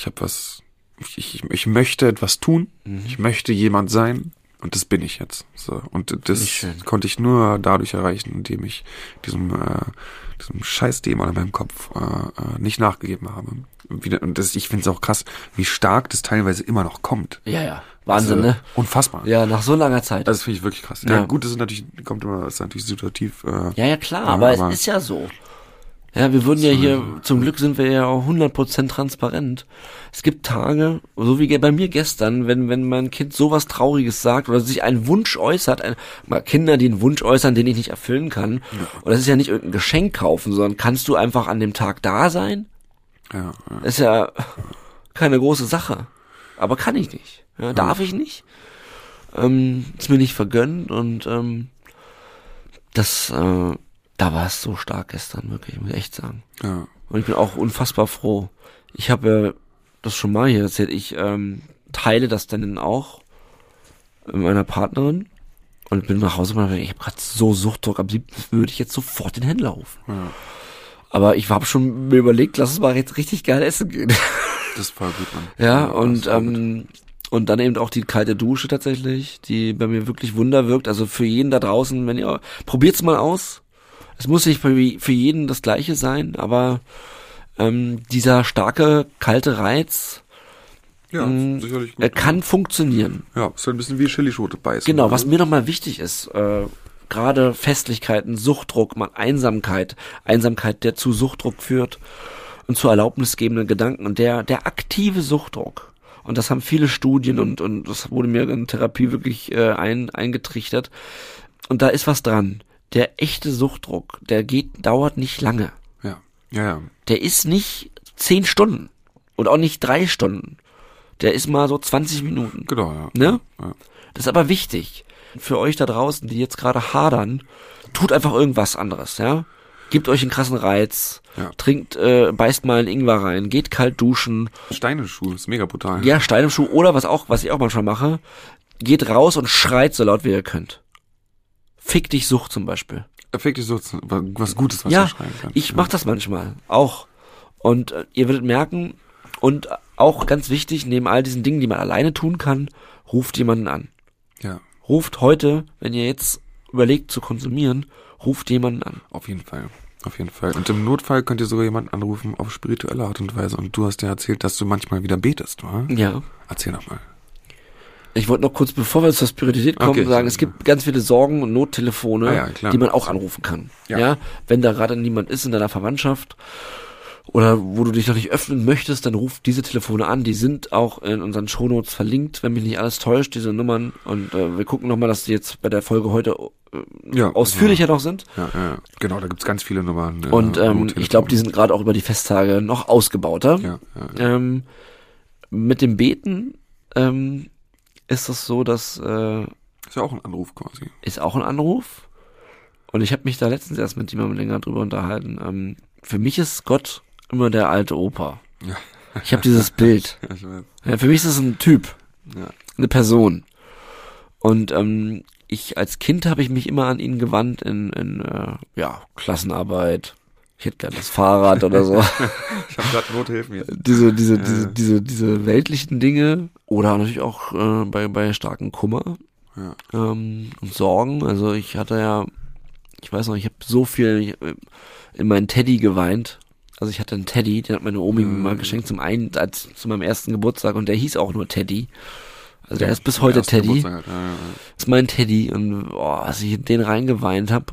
Ich möchte etwas tun. Ich möchte jemand sein. Und das bin ich jetzt. So. Und das konnte ich nur dadurch erreichen, indem ich diesem Scheißthema in meinem Kopf nicht nachgegeben habe. Und ich finde es auch krass, wie stark das teilweise immer noch kommt. Ja. Wahnsinn, also, ne? Unfassbar. Ja, nach so langer Zeit. Das finde ich wirklich krass. Ja, gut, das ist natürlich situativ. Ja, klar, aber es ist ja so. Ja, wir würden ja hier, zum Glück sind wir ja auch 100% transparent. Es gibt Tage, so wie bei mir gestern, wenn mein Kind sowas Trauriges sagt oder sich einen Wunsch äußert, Kinder, die einen Wunsch äußern, den ich nicht erfüllen kann. Ja. Und das ist ja nicht irgendein Geschenk kaufen, sondern kannst du einfach an dem Tag da sein? Ja. Das ist ja keine große Sache. Aber kann ich nicht. Ja, darf ich nicht. Ist mir nicht vergönnt und da war es so stark gestern, wirklich, muss ich echt sagen. Ja. Und ich bin auch unfassbar froh. Ich habe das schon mal hier erzählt, ich teile das dann auch mit meiner Partnerin und bin nach Hause und ich habe gerade so Suchtdruck, am 7. würde ich jetzt sofort den Händler rufen. Ja. Aber ich habe schon mir überlegt, lass uns mal jetzt richtig geil essen gehen. Das war gut, Mann. Ja, und dann eben auch die kalte Dusche tatsächlich, die bei mir wirklich Wunder wirkt. Also für jeden da draußen, wenn ihr, probiert's mal aus. Es muss nicht für jeden das Gleiche sein, aber dieser starke, kalte Reiz, sicherlich gut. kann funktionieren. Ja, ist halt ein bisschen wie Chilischote beißen. Genau, was mir nochmal wichtig ist, gerade Festlichkeiten, Suchtdruck, Einsamkeit, der zu Suchtdruck führt und zu erlaubnisgebenden Gedanken und der aktive Suchtdruck. Und das haben viele Studien und das wurde mir in Therapie wirklich eingetrichtert. Und da ist was dran. Der echte Suchtdruck, dauert nicht lange. Ja. Der ist nicht 10 Stunden und auch nicht 3 Stunden. Der ist mal so 20 Minuten. Genau, ja. Ne? Ja. Das ist aber wichtig. Für euch da draußen, die jetzt gerade hadern, tut einfach irgendwas anderes, ja? Gebt euch einen krassen Reiz, trinkt, beißt mal einen Ingwer rein, geht kalt duschen. Stein im Schuh, ist mega brutal. Ja, Stein im Schuh oder was ich auch manchmal mache, geht raus und schreit so laut wie ihr könnt. Fick dich Sucht zum Beispiel. Fick dich Sucht, was Gutes, was du schreien kannst. Ich mach das manchmal auch. Und ihr werdet merken, und auch ganz wichtig, neben all diesen Dingen, die man alleine tun kann, ruft jemanden an. Ja. Ruft heute, wenn ihr jetzt überlegt zu konsumieren, ruft jemanden an. Auf jeden Fall. Und im Notfall könnt ihr sogar jemanden anrufen auf spirituelle Art und Weise. Und du hast ja erzählt, dass du manchmal wieder betest, wa? Ja. Erzähl doch mal. Ich wollte noch kurz, bevor wir zur Spiritualität kommen, sagen, es gibt ganz viele Sorgen- und Nottelefone, die man auch anrufen kann. Ja. Wenn da gerade niemand ist in deiner Verwandtschaft oder wo du dich noch nicht öffnen möchtest, dann ruf diese Telefone an. Die sind auch in unseren Shownotes verlinkt, wenn mich nicht alles täuscht, diese Nummern. Und wir gucken nochmal, dass die jetzt bei der Folge heute ausführlicher noch sind. Ja. Genau, da gibt's ganz viele Nummern. Und ich glaube, die sind gerade auch über die Festtage noch ausgebauter. Ja. Mit dem Beten ist es so, dass ist ja auch ein Anruf quasi. Ist auch ein Anruf. Und ich habe mich da letztens erst mit jemandem länger drüber unterhalten. Für mich ist Gott immer der alte Opa. Ja. Ich habe dieses Bild. Ja, für mich ist es ein Typ. Ja. Eine Person. Und ich als Kind habe ich mich immer an ihn gewandt in Klassenarbeit. Ich hätte gerne das Fahrrad oder so. Ich habe gerade Nothilfen jetzt. Diese weltlichen Dinge oder natürlich auch bei starkem Kummer und Sorgen. Also ich weiß noch, ich habe so viel in meinen Teddy geweint. Also ich hatte einen Teddy, den hat meine Omi mir mal geschenkt zu meinem ersten Geburtstag und der hieß auch nur Teddy. Also der ist bis heute Teddy. Das ist mein Teddy und als ich in den reingeweint habe.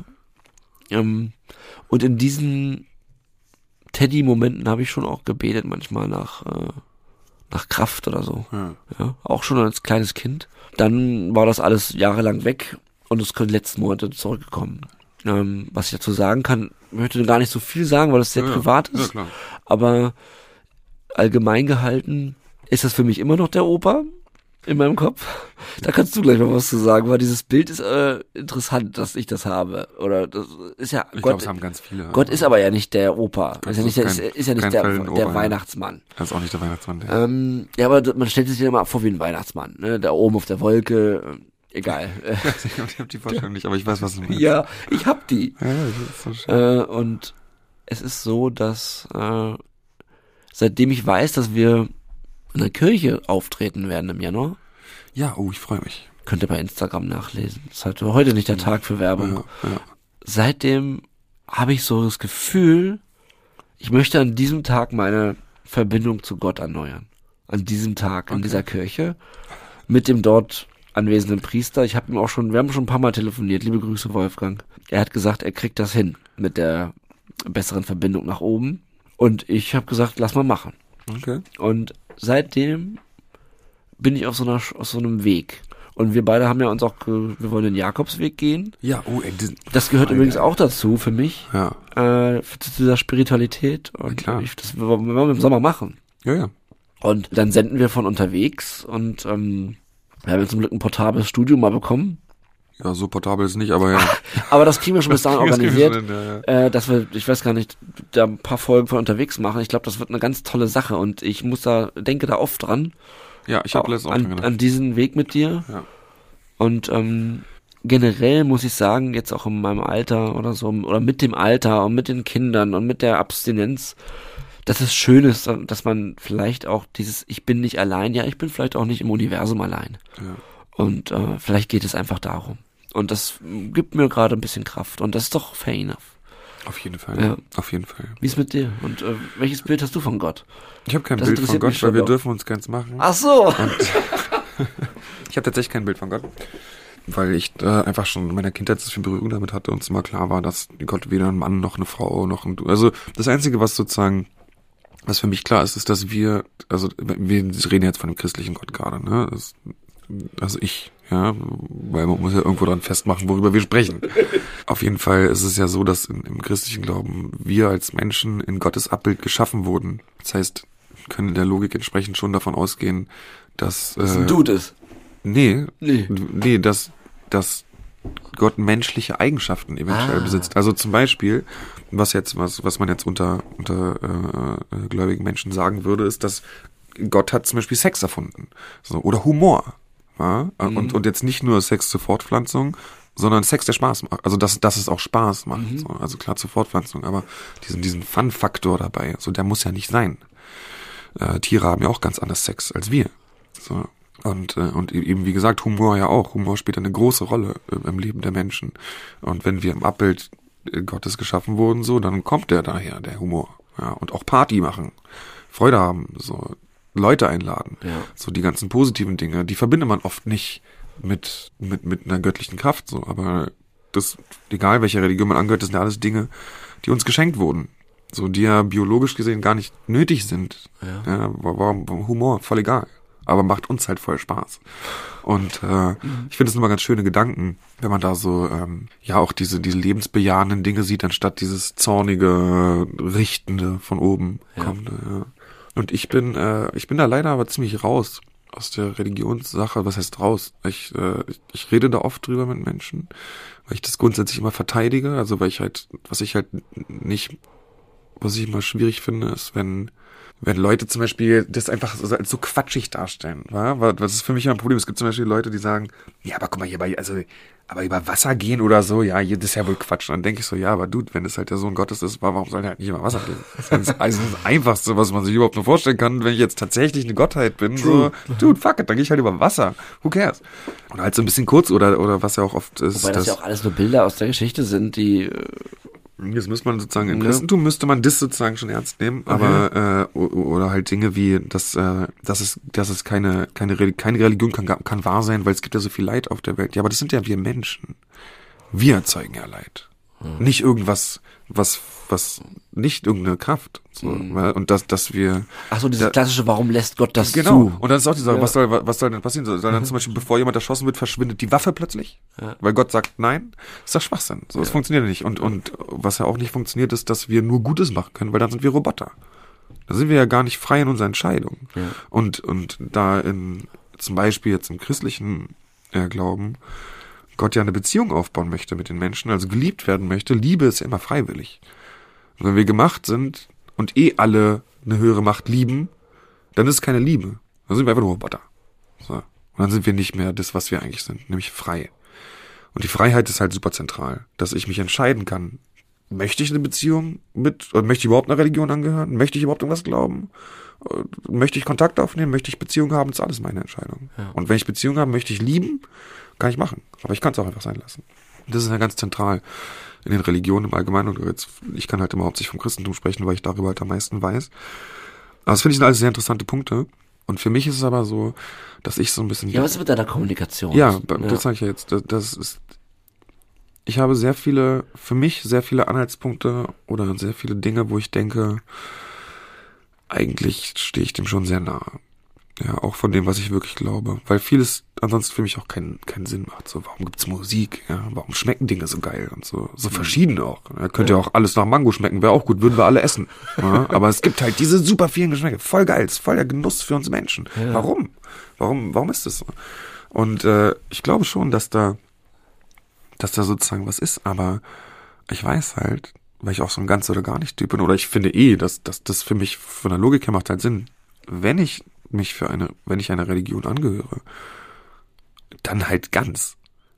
Und in diesen Teddy-Momenten habe ich schon auch gebetet, manchmal nach Kraft oder so. Ja, auch schon als kleines Kind. Dann war das alles jahrelang weg und es können letzten Monate zurückgekommen. Was ich dazu sagen kann, möchte gar nicht so viel sagen, weil das sehr privat ist. Ja, klar. Aber allgemein gehalten ist das für mich immer noch der Opa in meinem Kopf. Da kannst du gleich mal was zu sagen, weil dieses Bild ist interessant, dass ich das habe. Oder das ist ja ich glaube, es haben ganz viele. Gott ist aber ja nicht der Opa. Ist ja nicht der Weihnachtsmann. Das ist auch nicht der Weihnachtsmann. Ja, aber man stellt sich den immer vor wie ein Weihnachtsmann, ne? Da oben auf der Wolke. Egal. Ich hab die Vorstellung nicht, aber ich weiß, was du meinst. Ja, ich hab die. Ja, das ist so schön. Und es ist so, dass seitdem ich weiß, dass wir in der Kirche auftreten werden im Januar. Ja, ich freue mich. Könnt ihr bei Instagram nachlesen. Das ist halt heute nicht der Tag für Werbung. Ja. Seitdem habe ich so das Gefühl, ich möchte an diesem Tag meine Verbindung zu Gott erneuern. An diesem Tag, in dieser Kirche, mit dem dort anwesenden Priester. Wir haben schon ein paar Mal telefoniert. Liebe Grüße, Wolfgang. Er hat gesagt, er kriegt das hin mit der besseren Verbindung nach oben. Und ich habe gesagt, lass mal machen. Okay. Und seitdem bin ich auf so einem Weg. Und wir beide haben ja uns auch, wir wollen den Jakobsweg gehen. Ja, das gehört übrigens auch dazu für mich. Ja. Zu dieser Spiritualität. Und klar. Das wollen wir im Sommer machen. Ja. Und dann senden wir von unterwegs und wir haben jetzt zum Glück ein portables Studio mal bekommen. Ja, so portabel ist nicht, aber ja. Aber das kriegen wir schon bis dahin organisiert, ja. dass wir, ich weiß gar nicht, da ein paar Folgen von unterwegs machen. Ich glaube, das wird eine ganz tolle Sache und ich denke da oft dran. Ja, ich habe letztens auch dran gedacht. An diesen Weg mit dir. Ja. Und generell muss ich sagen, jetzt auch in meinem Alter oder so, oder mit dem Alter und mit den Kindern und mit der Abstinenz, dass es schön ist, dass man vielleicht auch dieses Ich bin nicht allein, ja, ich bin vielleicht auch nicht im Universum allein. Ja. Und vielleicht geht es einfach darum. Und das gibt mir gerade ein bisschen Kraft. Und das ist doch fair enough. Auf jeden Fall. Ja. Auf jeden Fall. Wie ist mit dir? Und welches Bild hast du von Gott? Ich habe kein Das Bild von interessiert mich Gott, weil schon wir noch. dürfen uns keins machen. Ach so. Und ich habe tatsächlich kein Bild von Gott, weil ich einfach schon in meiner Kindheit so viel Berührung damit hatte und es immer klar war, dass Gott weder ein Mann noch eine Frau noch ein... Also das Einzige, was sozusagen, was für mich klar ist, ist, dass wir reden jetzt von dem christlichen Gott gerade, ne? Also ich, ja, weil man muss ja irgendwo dran festmachen, worüber wir sprechen. Auf jeden Fall ist es ja so, dass im christlichen Glauben wir als Menschen in Gottes Abbild geschaffen wurden. Das heißt, können der Logik entsprechend schon davon ausgehen, dass Das ist ein Dude ist. Nee, Nee. dass Gott menschliche Eigenschaften eventuell besitzt. Also zum Beispiel, was man jetzt unter gläubigen Menschen sagen würde, ist, dass Gott hat zum Beispiel Sex erfunden. So, oder Humor. Ja? Und jetzt nicht nur Sex zur Fortpflanzung, sondern Sex, der Spaß macht. Also dass es auch Spaß macht. So. Also klar zur Fortpflanzung, aber diesen Fun-Faktor dabei, so der muss ja nicht sein. Tiere haben ja auch ganz anders Sex als wir. So. Und eben, wie gesagt, Humor ja auch. Humor spielt eine große Rolle im Leben der Menschen. Und wenn wir im Abbild Gottes geschaffen wurden, so, dann kommt der daher, der Humor. Ja, und auch Party machen, Freude haben, so, Leute einladen. Ja. So, die ganzen positiven Dinge, die verbindet man oft nicht mit einer göttlichen Kraft, so. Aber das, egal welcher Religion man angehört, das sind ja alles Dinge, die uns geschenkt wurden. So, die ja biologisch gesehen gar nicht nötig sind. Ja, warum Humor, voll egal. Aber macht uns halt voll Spaß. Und ich finde es immer ganz schöne Gedanken, wenn man da so auch diese lebensbejahenden Dinge sieht, anstatt dieses zornige, richtende von oben kommt. Ja. Und ich bin da leider aber ziemlich raus aus der Religionssache. Was heißt raus? Ich rede da oft drüber mit Menschen, weil ich das grundsätzlich immer verteidige. Also weil was ich immer schwierig finde, ist, wenn Leute zum Beispiel das einfach als so quatschig darstellen, wa? Was ist für mich immer ein Problem? Es gibt zum Beispiel Leute, die sagen, ja, aber guck mal, aber über Wasser gehen oder so, ja, das ist ja wohl Quatsch. Und dann denke ich so, ja, aber Dude, wenn es halt der Sohn Gottes ist, warum soll der halt nicht über Wasser gehen? Das ist das Einfachste, was man sich überhaupt nur vorstellen kann, wenn ich jetzt tatsächlich eine Gottheit bin. So, Dude, fuck it, dann gehe ich halt über Wasser. Who cares? Und halt so ein bisschen kurz oder was ja auch oft ist. Wobei das ja auch alles nur Bilder aus der Geschichte sind, die... Jetzt müsste man sozusagen, im Christentum müsste man das sozusagen schon ernst nehmen, aber oder halt Dinge wie, dass es keine Religion kann wahr sein, weil es gibt ja so viel Leid auf der Welt. Ja, aber das sind ja wir Menschen. Wir erzeugen ja Leid. Nicht irgendwas, was nicht irgendeine Kraft. So, und dass wir. Ach so, dieses klassische, warum lässt Gott das genau. zu? Und dann ist auch die Sache, was soll denn passieren? Soll dann zum Beispiel, bevor jemand erschossen wird, verschwindet die Waffe plötzlich? Ja. Weil Gott sagt, nein, ist das Schwachsinn. So, das funktioniert nicht. Und was ja auch nicht funktioniert, ist, dass wir nur Gutes machen können, weil dann sind wir Roboter. Da sind wir ja gar nicht frei in unserer Entscheidung. Ja. Und da zum Beispiel jetzt im christlichen Glauben Gott ja eine Beziehung aufbauen möchte mit den Menschen, also geliebt werden möchte, Liebe ist ja immer freiwillig. Und wenn wir gemacht sind und alle eine höhere Macht lieben, dann ist es keine Liebe. Dann sind wir einfach nur Roboter. So. Und dann sind wir nicht mehr das, was wir eigentlich sind, nämlich frei. Und die Freiheit ist halt super zentral, dass ich mich entscheiden kann, möchte ich eine Beziehung oder möchte ich überhaupt einer Religion angehören? Möchte ich überhaupt irgendwas glauben? Möchte ich Kontakt aufnehmen? Möchte ich Beziehung haben? Das ist alles meine Entscheidung. Ja. Und wenn ich Beziehung habe, möchte ich lieben, kann ich machen. Aber ich kann es auch einfach sein lassen. Das ist ja ganz zentral in den Religionen im Allgemeinen. Und jetzt, ich kann halt immer hauptsächlich vom Christentum sprechen, weil ich darüber halt am meisten weiß. Aber das finde ich sind alles sehr interessante Punkte. Und für mich ist es aber so, dass ich so ein bisschen... Ja, was ist mit deiner Kommunikation? Ja, das sage ich ja jetzt. Ich habe für mich sehr viele Anhaltspunkte oder sehr viele Dinge, wo ich denke, eigentlich stehe ich dem schon sehr nahe. Ja, auch von dem, was ich wirklich glaube. Weil vieles ansonsten für mich auch keinen Sinn macht. So, warum gibt's Musik? Ja, warum schmecken Dinge so geil und so verschieden auch? Ja, könnte ja auch alles nach Mango schmecken, wäre auch gut, würden wir alle essen. Ja, aber es gibt halt diese super vielen Geschmäcke. Voll geil, ist voll der Genuss für uns Menschen. Ja. Warum ist das so? Und ich glaube schon, dass da sozusagen was ist, aber ich weiß halt, weil ich auch so ein ganz oder gar nicht Typ bin, oder ich finde dass das für mich von der Logik her macht halt Sinn, wenn ich einer Religion angehöre, dann halt ganz.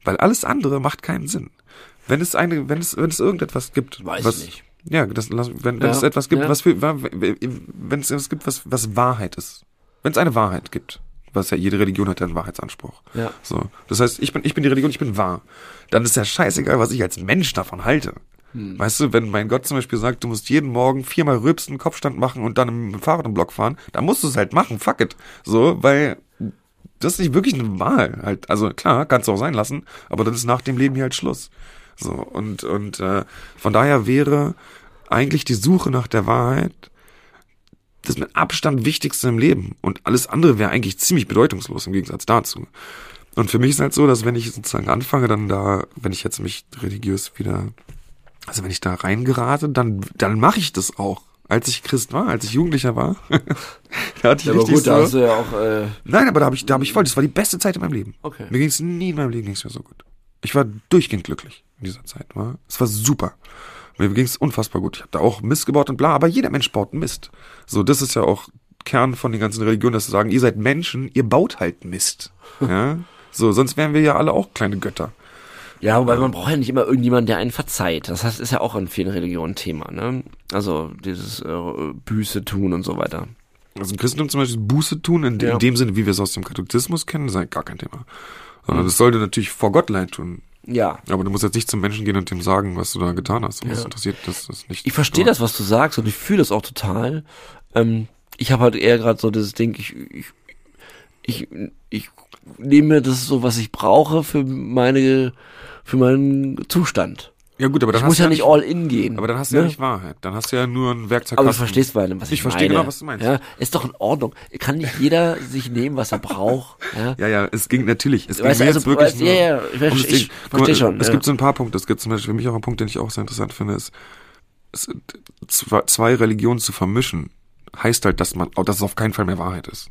Weil alles andere macht keinen Sinn. Wenn es irgendetwas gibt, Weiß ich nicht. Ja, wenn es etwas gibt, wenn es etwas gibt, was Wahrheit ist. Wenn es eine Wahrheit gibt, was ja jede Religion hat ja einen Wahrheitsanspruch. Ja. So. Das heißt, ich bin die Religion, ich bin wahr. Dann ist ja scheißegal, was ich als Mensch davon halte. Weißt du, wenn mein Gott zum Beispiel sagt, du musst jeden Morgen 4-mal rülpsen, Kopfstand machen und dann mit dem Fahrrad im Block fahren, dann musst du es halt machen, fuck it. So, weil das ist nicht wirklich eine Wahl. Halt, also klar, kannst du auch sein lassen, aber dann ist nach dem Leben hier halt Schluss. So, und von daher wäre eigentlich die Suche nach der Wahrheit das mit Abstand Wichtigste im Leben. Und alles andere wäre eigentlich ziemlich bedeutungslos im Gegensatz dazu. Und für mich ist halt so, dass wenn ich sozusagen anfange, dann wenn ich jetzt mich religiös wieder, also wenn ich da reingerate, dann mache ich das auch. Als ich Christ war, als ich Jugendlicher war, da hatte ich aber richtig gut, da hast du ja auch, Nein, aber da habe ich voll, das war die beste Zeit in meinem Leben. Okay. Mir ging es nie in meinem Leben ging's mir so gut. Ich war durchgehend glücklich in dieser Zeit, es war super. Mir ging es unfassbar gut. Ich habe da auch Mist gebaut und bla, aber jeder Mensch baut Mist. So, das ist ja auch Kern von den ganzen Religionen, dass sie sagen, ihr seid Menschen, ihr baut halt Mist. Ja? So, sonst wären wir ja alle auch kleine Götter. ja, wobei man braucht ja nicht immer irgendjemanden, der einen verzeiht. Das heißt, ist ja auch in vielen Religionen Thema, ne? Also dieses Büße tun und so weiter. Also im Christentum zum Beispiel Buße tun, in dem Sinne, wie wir es aus dem Katholizismus kennen, ist halt gar kein Thema. Sondern das sollte natürlich vor Gott leid tun. Ja. Aber du musst jetzt nicht zum Menschen gehen und dem sagen, was du da getan hast. Das interessiert das nicht. Ich verstehe das, was du sagst, und ich fühle das auch total. Ich habe halt eher gerade so dieses Ding, ich nehme mir das so, was ich brauche für meinen Zustand. Ja gut, aber dann Ich muss ja nicht all in gehen. Aber dann hast du ja nicht Wahrheit. Dann hast du ja nur ein Werkzeug. Aber du verstehst, was ich meine. Ich verstehe genau, was du meinst. Ja, ist doch in Ordnung. Kann nicht jeder sich nehmen, was er braucht. Ja, ja, es ging natürlich. Es ging weißt mir du, jetzt wirklich weißt, ja, ich verstehe schon. Es gibt so ein paar Punkte. Es gibt zum Beispiel für mich auch einen Punkt, den ich auch sehr interessant finde, ist, zwei Religionen zu vermischen, heißt halt, dass es auf keinen Fall mehr Wahrheit ist.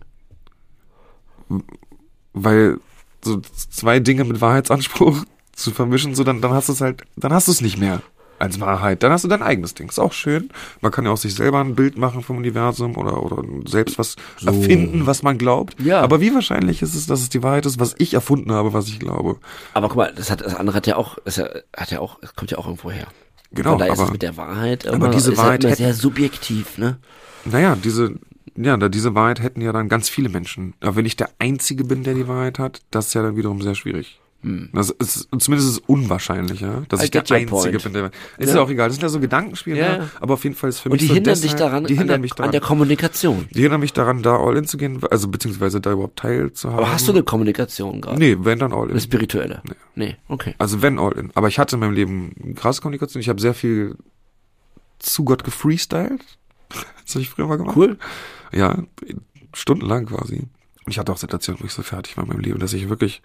Weil so zwei Dinge mit Wahrheitsanspruch zu vermischen, so dann hast du es halt, dann hast du es nicht mehr als Wahrheit. Dann hast du dein eigenes Ding. Ist auch schön. Man kann ja auch sich selber ein Bild machen vom Universum oder selbst was erfinden, was man glaubt. Ja. Aber wie wahrscheinlich ist es, dass es die Wahrheit ist, was ich erfunden habe, was ich glaube? Aber guck mal, das andere hat ja auch, es kommt ja auch irgendwo her. Genau. Von daher aber ist es mit der Wahrheit aber diese Wahrheit immer sehr subjektiv, ne? Naja, diese Wahrheit hätten ja dann ganz viele Menschen. Aber wenn ich der Einzige bin, der die Wahrheit hat, das ist ja dann wiederum sehr schwierig. Das ist, zumindest ist es unwahrscheinlich, ja, dass ich der Einzige bin, der. Ist ja auch egal, das sind ja so Gedankenspiele, ja. Aber auf jeden Fall ist für und mich die so hindern deshalb, dich daran, an der Kommunikation. Die hindern mich daran, da all in zu gehen, also beziehungsweise da überhaupt teilzuhaben. Aber hast du eine Kommunikation gerade? Nee, wenn dann all in. Eine spirituelle? Nee, okay. Also wenn all in. Aber ich hatte in meinem Leben eine krasse Kommunikation. Ich habe sehr viel zu Gott gefreestylt. Das habe ich früher mal gemacht. Cool. Ja, stundenlang quasi. Und ich hatte auch Situationen, wo ich so fertig war in meinem Leben, dass ich wirklich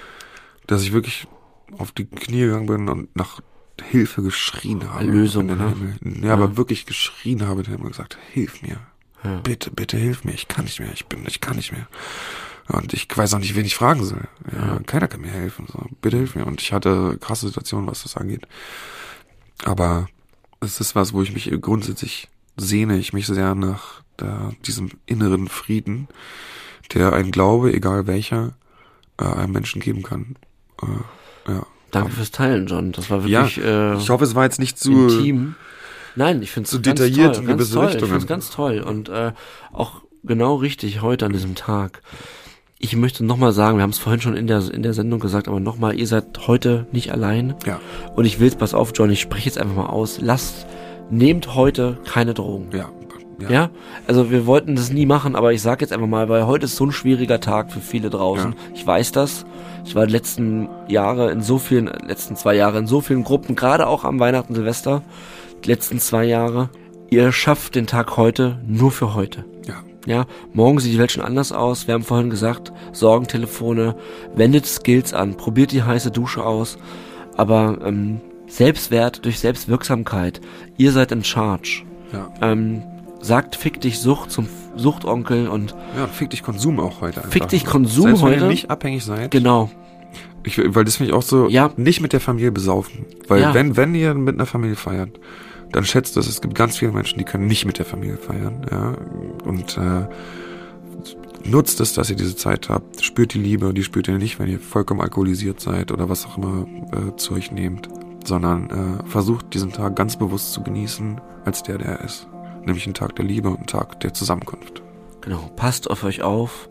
auf die Knie gegangen bin und nach Hilfe geschrien habe. Erlösung, ne? Ja, aber wirklich geschrien habe in den Himmel und gesagt, hilf mir. Ja. Bitte hilf mir. Ich kann nicht mehr. Ich kann nicht mehr. Und ich weiß auch nicht, wen ich fragen soll. Ja, keiner kann mir helfen. So, bitte hilf mir. Und ich hatte krasse Situationen, was das angeht. Aber es ist was, wo ich mich grundsätzlich sehne ich mich sehr nach diesem inneren Frieden, der ein Glaube, egal welcher, einem Menschen geben kann. Ja. Danke fürs Teilen, John. Das war wirklich ich hoffe, es war jetzt nicht zu intim. Nein, ich finde es zu detailliert toll, in gewisse toll. Richtungen. Ich finde es ganz toll und auch genau richtig heute an diesem Tag. Ich möchte nochmal sagen, wir haben es vorhin schon in der Sendung gesagt, aber nochmal, ihr seid heute nicht allein. Ja. Und ich will, pass auf, John, ich spreche jetzt einfach mal aus. Nehmt heute keine Drogen. Ja, also wir wollten das nie machen, aber ich sag jetzt einfach mal, weil heute ist so ein schwieriger Tag für viele draußen. Ja. Ich weiß das. Ich war die letzten 2 Jahre in so vielen Gruppen, gerade auch am Weihnachten, Silvester, die letzten 2 Jahre. Ihr schafft den Tag heute nur für heute. Ja, morgen sieht die Welt schon anders aus. Wir haben vorhin gesagt, Sorgentelefone, wendet Skills an, probiert die heiße Dusche aus, aber Selbstwert durch Selbstwirksamkeit. Ihr seid in charge. Ja. Sagt fick dich Sucht zum Suchtonkel und fick dich Konsum auch heute einfach. Fick dich Konsum selbst heute. Wenn ihr nicht abhängig seid. Genau. Weil das finde ich auch so, nicht mit der Familie besaufen. Weil wenn ihr mit einer Familie feiert, dann schätzt es gibt ganz viele Menschen, die können nicht mit der Familie feiern, ja. Und Nutzt es, dass ihr diese Zeit habt. Spürt die Liebe, die spürt ihr nicht, wenn ihr vollkommen alkoholisiert seid oder was auch immer zu euch nehmt, sondern versucht diesen Tag ganz bewusst zu genießen, als der er ist. Nämlich ein Tag der Liebe und ein Tag der Zusammenkunft. Genau, passt auf euch auf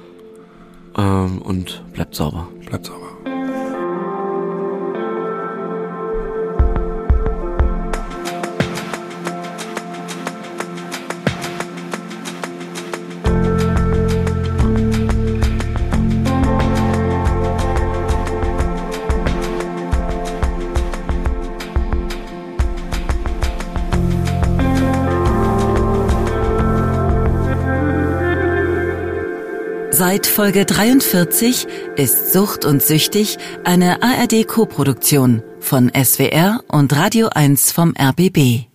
und bleibt sauber. Bleibt sauber. Seit Folge 43 ist Sucht und Süchtig eine ARD-Koproduktion von SWR und Radio 1 vom RBB.